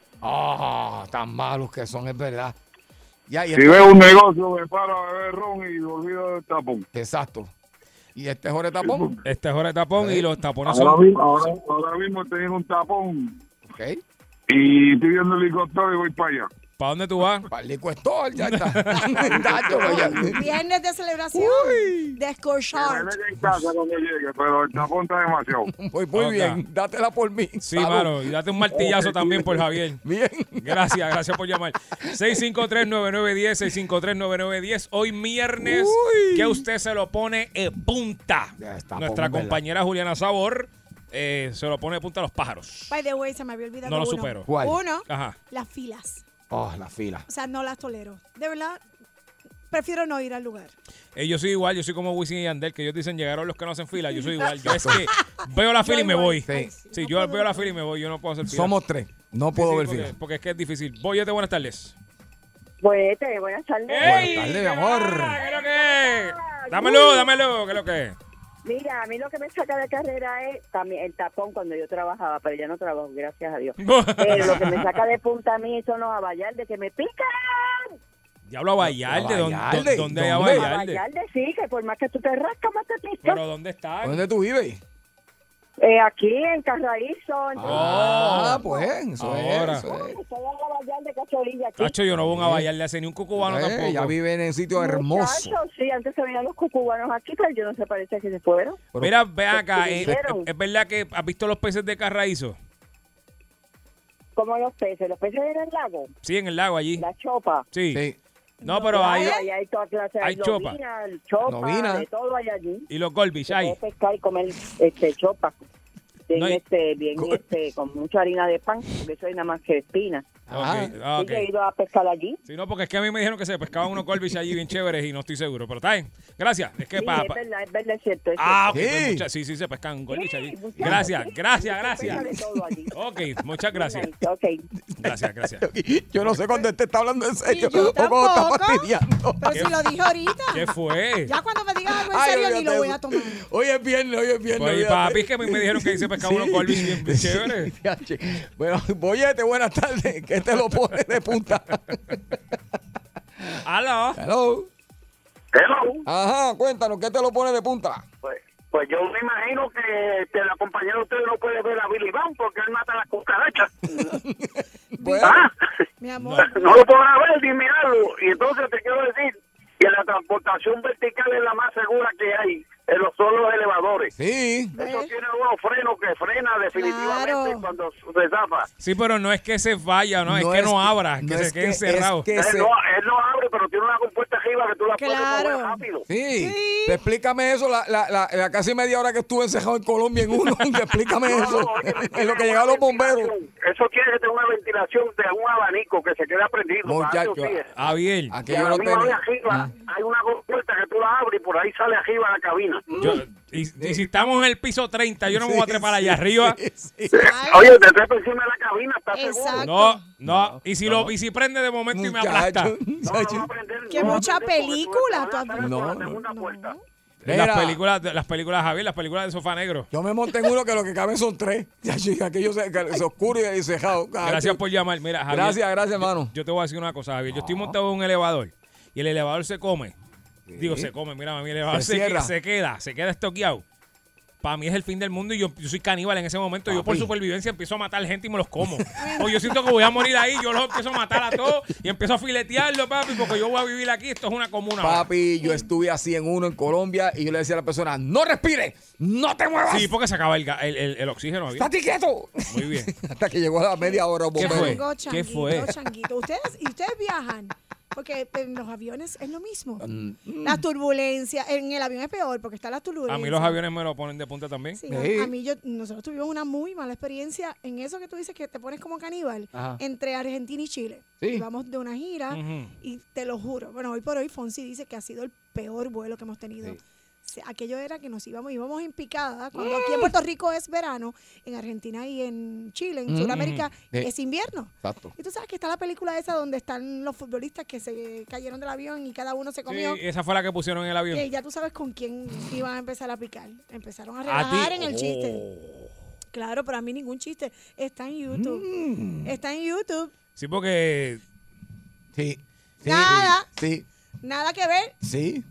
Tan malos que son, es verdad. Ya, y Si veo un negocio, me paro a beber ron y me olvido del tapón. Exacto. ¿Y este es Jorge Tapón? Este es Jorge Tapón y los tapones Ahora son... mismo, ahora mismo estoy en un tapón Ok. y estoy viendo el helicóptero y voy para allá. ¿Para dónde tú vas? Para el licuestol, ya está. Tacho, ya. Viernes de celebración. De Me Scorecard. meto en casa cuando llegue, pero el tapón está demasiado. Pues muy bien, dátela por mí. Sí, Salud. mano, y date un martillazo también por Javier. Bien. Gracias por llamar. 653-9910, 653-9910. Hoy viernes, que usted se lo pone punta. está, Nuestra ponme, compañera Juliana Sabor se lo pone punta a los pájaros. By the way, se me había olvidado No lo uno. supero. ¿Cuál? Uno, Ajá. las filas. La fila. O sea, no las tolero. De verdad, prefiero no ir al lugar. Yo soy igual, yo soy como Wisin y Yandel, que ellos dicen llegaron los que no hacen fila. Yo soy igual. Yo es que veo la fila y me voy. Sí, yo veo la fila y me voy. Yo no puedo hacer fila. Somos tres. No puedo ver porque, fila. porque es que es difícil. Boyete, buenas tardes. Buenas tardes. ¡Ey! Buenas tardes, mi amor. ¿Qué es lo que es? Dámelo, ¿qué es lo que es? Mira, a mí lo que me saca de carrera es también el tapón cuando yo trabajaba, pero ya no trabajo, gracias a Dios. Pero lo que me saca de punta a mí son los abayaldes que me pican. Diablo, a Vallarde. Vallarde? ¿Dónde hay a ¿Dónde? Vallarde? Abayaldes sí, que por más que tú te rascas, más te pican. ¿Pero dónde está? ¿Dónde tú vives? Aquí en Carraízo. Pues, eso Ahora. es. Eso es. Estoy en Abayalde, Cacholilla, aquí. Cacho, yo no voy a Vallarde hace ni un cucubano tampoco. Ya vive en un sitio hermoso. Muchachos, sí, antes se venían los cucubanos aquí, pero yo no sé, parece que se fueron. Mira, ve acá. ¿Qué hicieron? ¿Es verdad que has visto los peces de Carraízo? Como los peces en el lago, Sí, en el lago allí. la chopa. Sí. Sí. No, pero hay... Hay toda clase de hay chopa. chopa, Lobina. de todo hay allí. Y los goldfish Se hay. puede pescar y comer chopa. Bien, No hay- con mucha harina de pan, porque eso hay nada más que espina. Ok, ok. Yo he ido a pescar allí. Sí, no, porque es que a mí me dijeron que se pescaban unos goldfish allí bien chéveres y no estoy seguro. Pero está bien. Gracias. Es que Sí, pa- es verdad, es cierto. es Ah, ok, cierto. pues sí, se pescan goldfish allí. muchachos, Gracias. Se pesca Gracias. de todo allí. Ok, muchas gracias. Ok. Gracias. Yo no sé cuando este está hablando en serio Y yo o cuando está tampoco. fastidiando. Pero si lo dije ahorita. ¿Qué fue? Ya cuando me digas algo en Ay, serio, ni olvídate lo voy eso. a tomar. Hoy es viernes. Pues, olvídate. papi, es que a mí me dijeron que ahí se pescaban unos goldfish bien chéveres. Bueno, Boyete, buenas tardes. ¿Qué te lo pone de punta? Aló. Hello. Hello. Ajá, cuéntanos, ¿qué te lo pone de punta? Pues yo me imagino que la compañera de ustedes no puede ver a Billy Brown porque él mata a las cucarachas. Pues, Mi amor. No lo podrá ver ni mirarlo. Y entonces te quiero decir que la transportación vertical es la más segura que hay. Son los elevadores. Sí. Eso tiene unos frenos que frena definitivamente Claro. cuando se zafa. Sí, pero no es que se vaya, no, es que no abra, que se quede encerrado. Él no abre, pero tiene una compuesta arriba que tú la puedes mover rápido. Sí. Explícame eso, la casi media hora que estuve encerrado en Colombia en uno. Explícame eso. En lo que llegaron los bomberos. Eso quiere tener una ventilación de un abanico que se quede prendido. Muchacho, Javier. Y a la misma vez arriba hay una compuesta que tú la abres y por ahí sale arriba la cabina. Y si estamos en el piso 30, yo no me voy a trepar allá arriba. Oye, te trepas encima de la cabina, ¿estás seguro? No. Y si prende de momento y me aplasta. Que mucha película tú has visto. Las películas, Javier, las películas de Sofá Negro. Yo me monté en uno que lo que caben son tres. Ya, chica, aquello se oscuro y cejado. Gracias por llamar. Mira, Javier, Gracias, hermano. Yo te voy a decir una cosa, Javier. Yo estoy montado en un elevador y el elevador se come. Digo, se come, mira, mi elevador Se cierra. se queda estoqueado. para mí es el fin del mundo y yo soy caníbal en ese momento. Yo por supervivencia empiezo a matar gente y me los como. O yo siento que voy a morir ahí, yo los empiezo a matar a todos y empiezo a filetearlo, papi, porque yo voy a vivir aquí. Esto es una comuna. Papi, yo estuve así en uno en Colombia y yo le decía a la persona, no respire, no te muevas. Sí, porque se acaba el oxígeno. ¡Estate quieto! Muy bien. Hasta que llegó a la media hora. ¿Qué fue? Chango, ¿Qué fue? changuito. Ustedes viajan. Porque en los aviones es lo mismo. Las turbulencias. En el avión es peor porque están las turbulencias. A mí los aviones me lo ponen de punta también. Sí, a mí nosotros tuvimos una muy mala experiencia en eso que tú dices que te pones como caníbal. Ajá. Entre Argentina y Chile. Sí. Vamos de una gira y te lo juro. Bueno, hoy por hoy Fonsi dice que ha sido el peor vuelo que hemos tenido. Sí. Aquello era que nos íbamos en picada. Cuando aquí en Puerto Rico es verano, en Argentina y en Chile, en Sudamérica, es invierno. Exacto. Y tú sabes que está la película esa donde están los futbolistas que se cayeron del avión y cada uno se comió. Sí, esa fue la que pusieron en el avión. Y ya tú sabes con quién iban a empezar a picar. Empezaron a relajar en el chiste. Claro, pero a mí ningún chiste. Está en YouTube. Está en YouTube. Sí, porque... Sí. Nada. Sí. Nada que ver. Sí.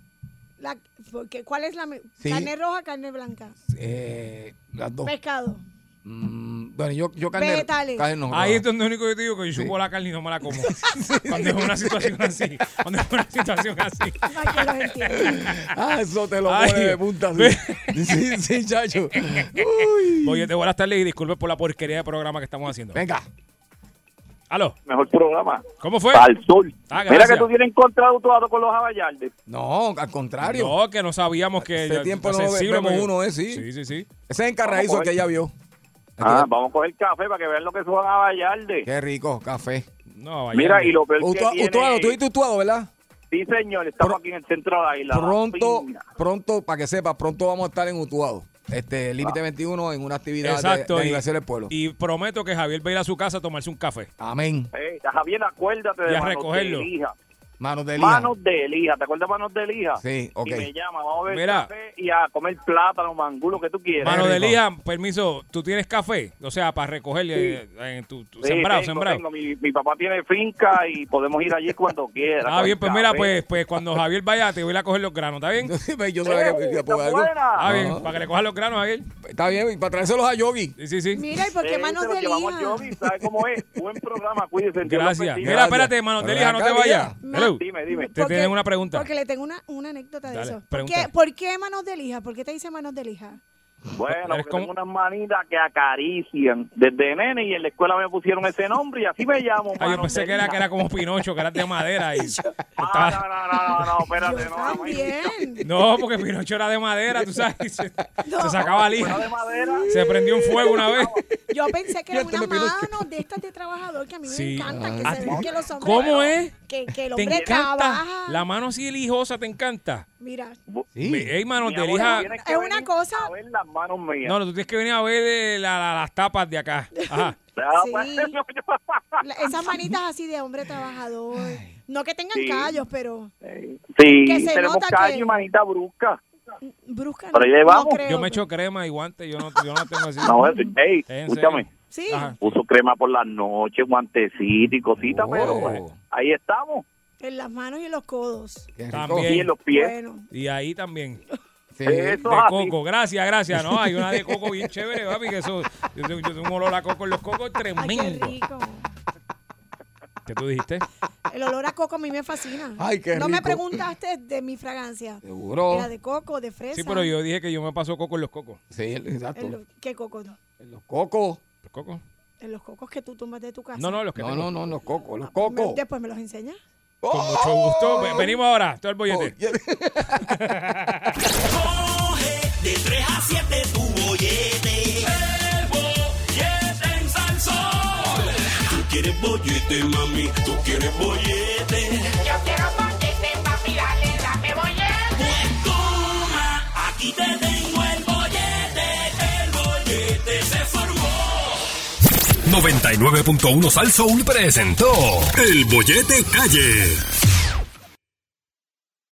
¿Cuál es la carne roja, carne blanca? Las dos. Pescado. Bueno, yo carne, Vegetales. carne no. Ahí es donde único que te digo que yo chupo la carne y no me la como. Cuando es una situación así. Para que los entiendan. Eso te lo pone de punta así. Sí, chacho. Uy. Oye, buenas tardes y disculpe por la porquería de programa que estamos haciendo. Venga. ¿Aló? Mejor programa. ¿Cómo fue? Al sol. Gracias. Mira que tú tienes encontrado todo con los Abayaldes. No, al contrario. No, que no sabíamos que... Hace tiempo no vemos uno, sí. Sí. Ese es en Carraízo el que ella vio. Vamos a coger café para que vean lo que son Abayaldes. Qué rico, café. No, vaya. Mira, y lo peor que tiene... Utuado, tú viste Utuado, ¿verdad? Sí, señor. Estamos aquí en el centro de la isla. Pronto, para que sepas, pronto vamos a estar en Utuado. Límite 21 en una actividad de aniversario del pueblo. Y prometo que Javier va a ir a su casa a tomarse un café. Amén. Javier, acuérdate de Y a Manos recogerlo. de Elija. Manos de Elija. Manos de Elija. ¿Te acuerdas de Manos de Elija? Sí, ok. Y me llama, vamos a ver Mira. café y a comer plátano, mangú, lo que tú quieras. Mano de rico. Lija, permiso, ¿tú tienes café? O sea, para recogerle en tu Sí, sembrado. tengo. Mi papá tiene finca y podemos ir allí cuando quiera. Ah, bien, pues mira, pues cuando Javier vaya te voy a ir a coger los granos, ¿está bien? Yo sabía que está algo. buena. Ah, bien, para que le cojas los granos, Javier. Está bien, y para traérselos a Yogi. Sí. Mira, ¿y por qué Manos de llevamos a Lija? Yogi, ¿sabes cómo es? Buen programa, cuídense. Dios los Gracias. bendiga. Mira, espérate, Manos de Lija, no te vayas. Hello. Dime. Te tienen una pregunta. Porque le tengo una anécdota de Dale, eso. pregunta. ¿Por qué Manos de Lija? ¿Por qué te dice Manos de Lija? Bueno, Eres porque como- tengo unas manitas que acarician desde nene y en la escuela me pusieron ese nombre y así me llamo. Ah, yo Manos pensé de que era Lija. como Pinocho, que era de madera. Y No, espérate, Yo no. también. No, porque Pinocho era de madera, tú sabes. y Se sacaba Fuera lija. de madera. Se prendió un fuego una vez. Yo pensé que eran Fíjate, unas me pido- manos de estas de trabajador que a mí me Sí. encantan, Ah, que se ven que los hombres... ¿Cómo es? Que el ¿Te hombre encanta? trabaja. La mano así lijosa, ¿te encanta? Mira, Sí. Ey, Manos Mi de amor, Lija. tienes que Es una venir cosa- a ver las manos mías. No, tú tienes que venir a ver las tapas de acá. Ajá. Ah, sí. pues, Esas manitas así de hombre trabajador. No que tengan Sí. callos, pero Sí, Que se tenemos nota callo que- y manita brusca. brusca. Pero ya vamos. creo, Yo me pero- echo crema y guantes, yo no tengo así. No, hey, ¿En escúchame. serio? Sí, Ajá. Puso crema por las noches, guantecito y cositas, Oh. pero pues, ahí estamos. en las manos y en los codos. Qué rico. También. Y en los pies. Bueno, Y ahí también. Sí. Eso De es así. coco, gracias. No, hay una de coco bien chévere, papi, que eso. Yo tengo un olor a coco en los cocos ay, qué tremendo. rico. ¿Qué tú dijiste? El olor a coco a mí me fascina. Ay, qué No me rico. preguntaste de mi fragancia. Seguro. Era de coco, de fresa. Sí, pero yo dije que yo me paso coco en los cocos. Sí, exacto. ¿Qué coco? No? En los cocos. ¿Los cocos? En los cocos que tú tomas de tu casa. No, los que tengo. No, los cocos, los cocos. Después me los enseñas. Con mucho gusto. Venimos ahora, todo el bollete. Coge de 3 a 7 tu bollete. El bollete en Salsón. Tú quieres bollete, mami, tú quieres bollete. Yo quiero bollete, papi, dame bollete. Pues toma, aquí te tengo el bollete. El bollete se formó. 99.1 Sal Soul presentó El Bollete Calle.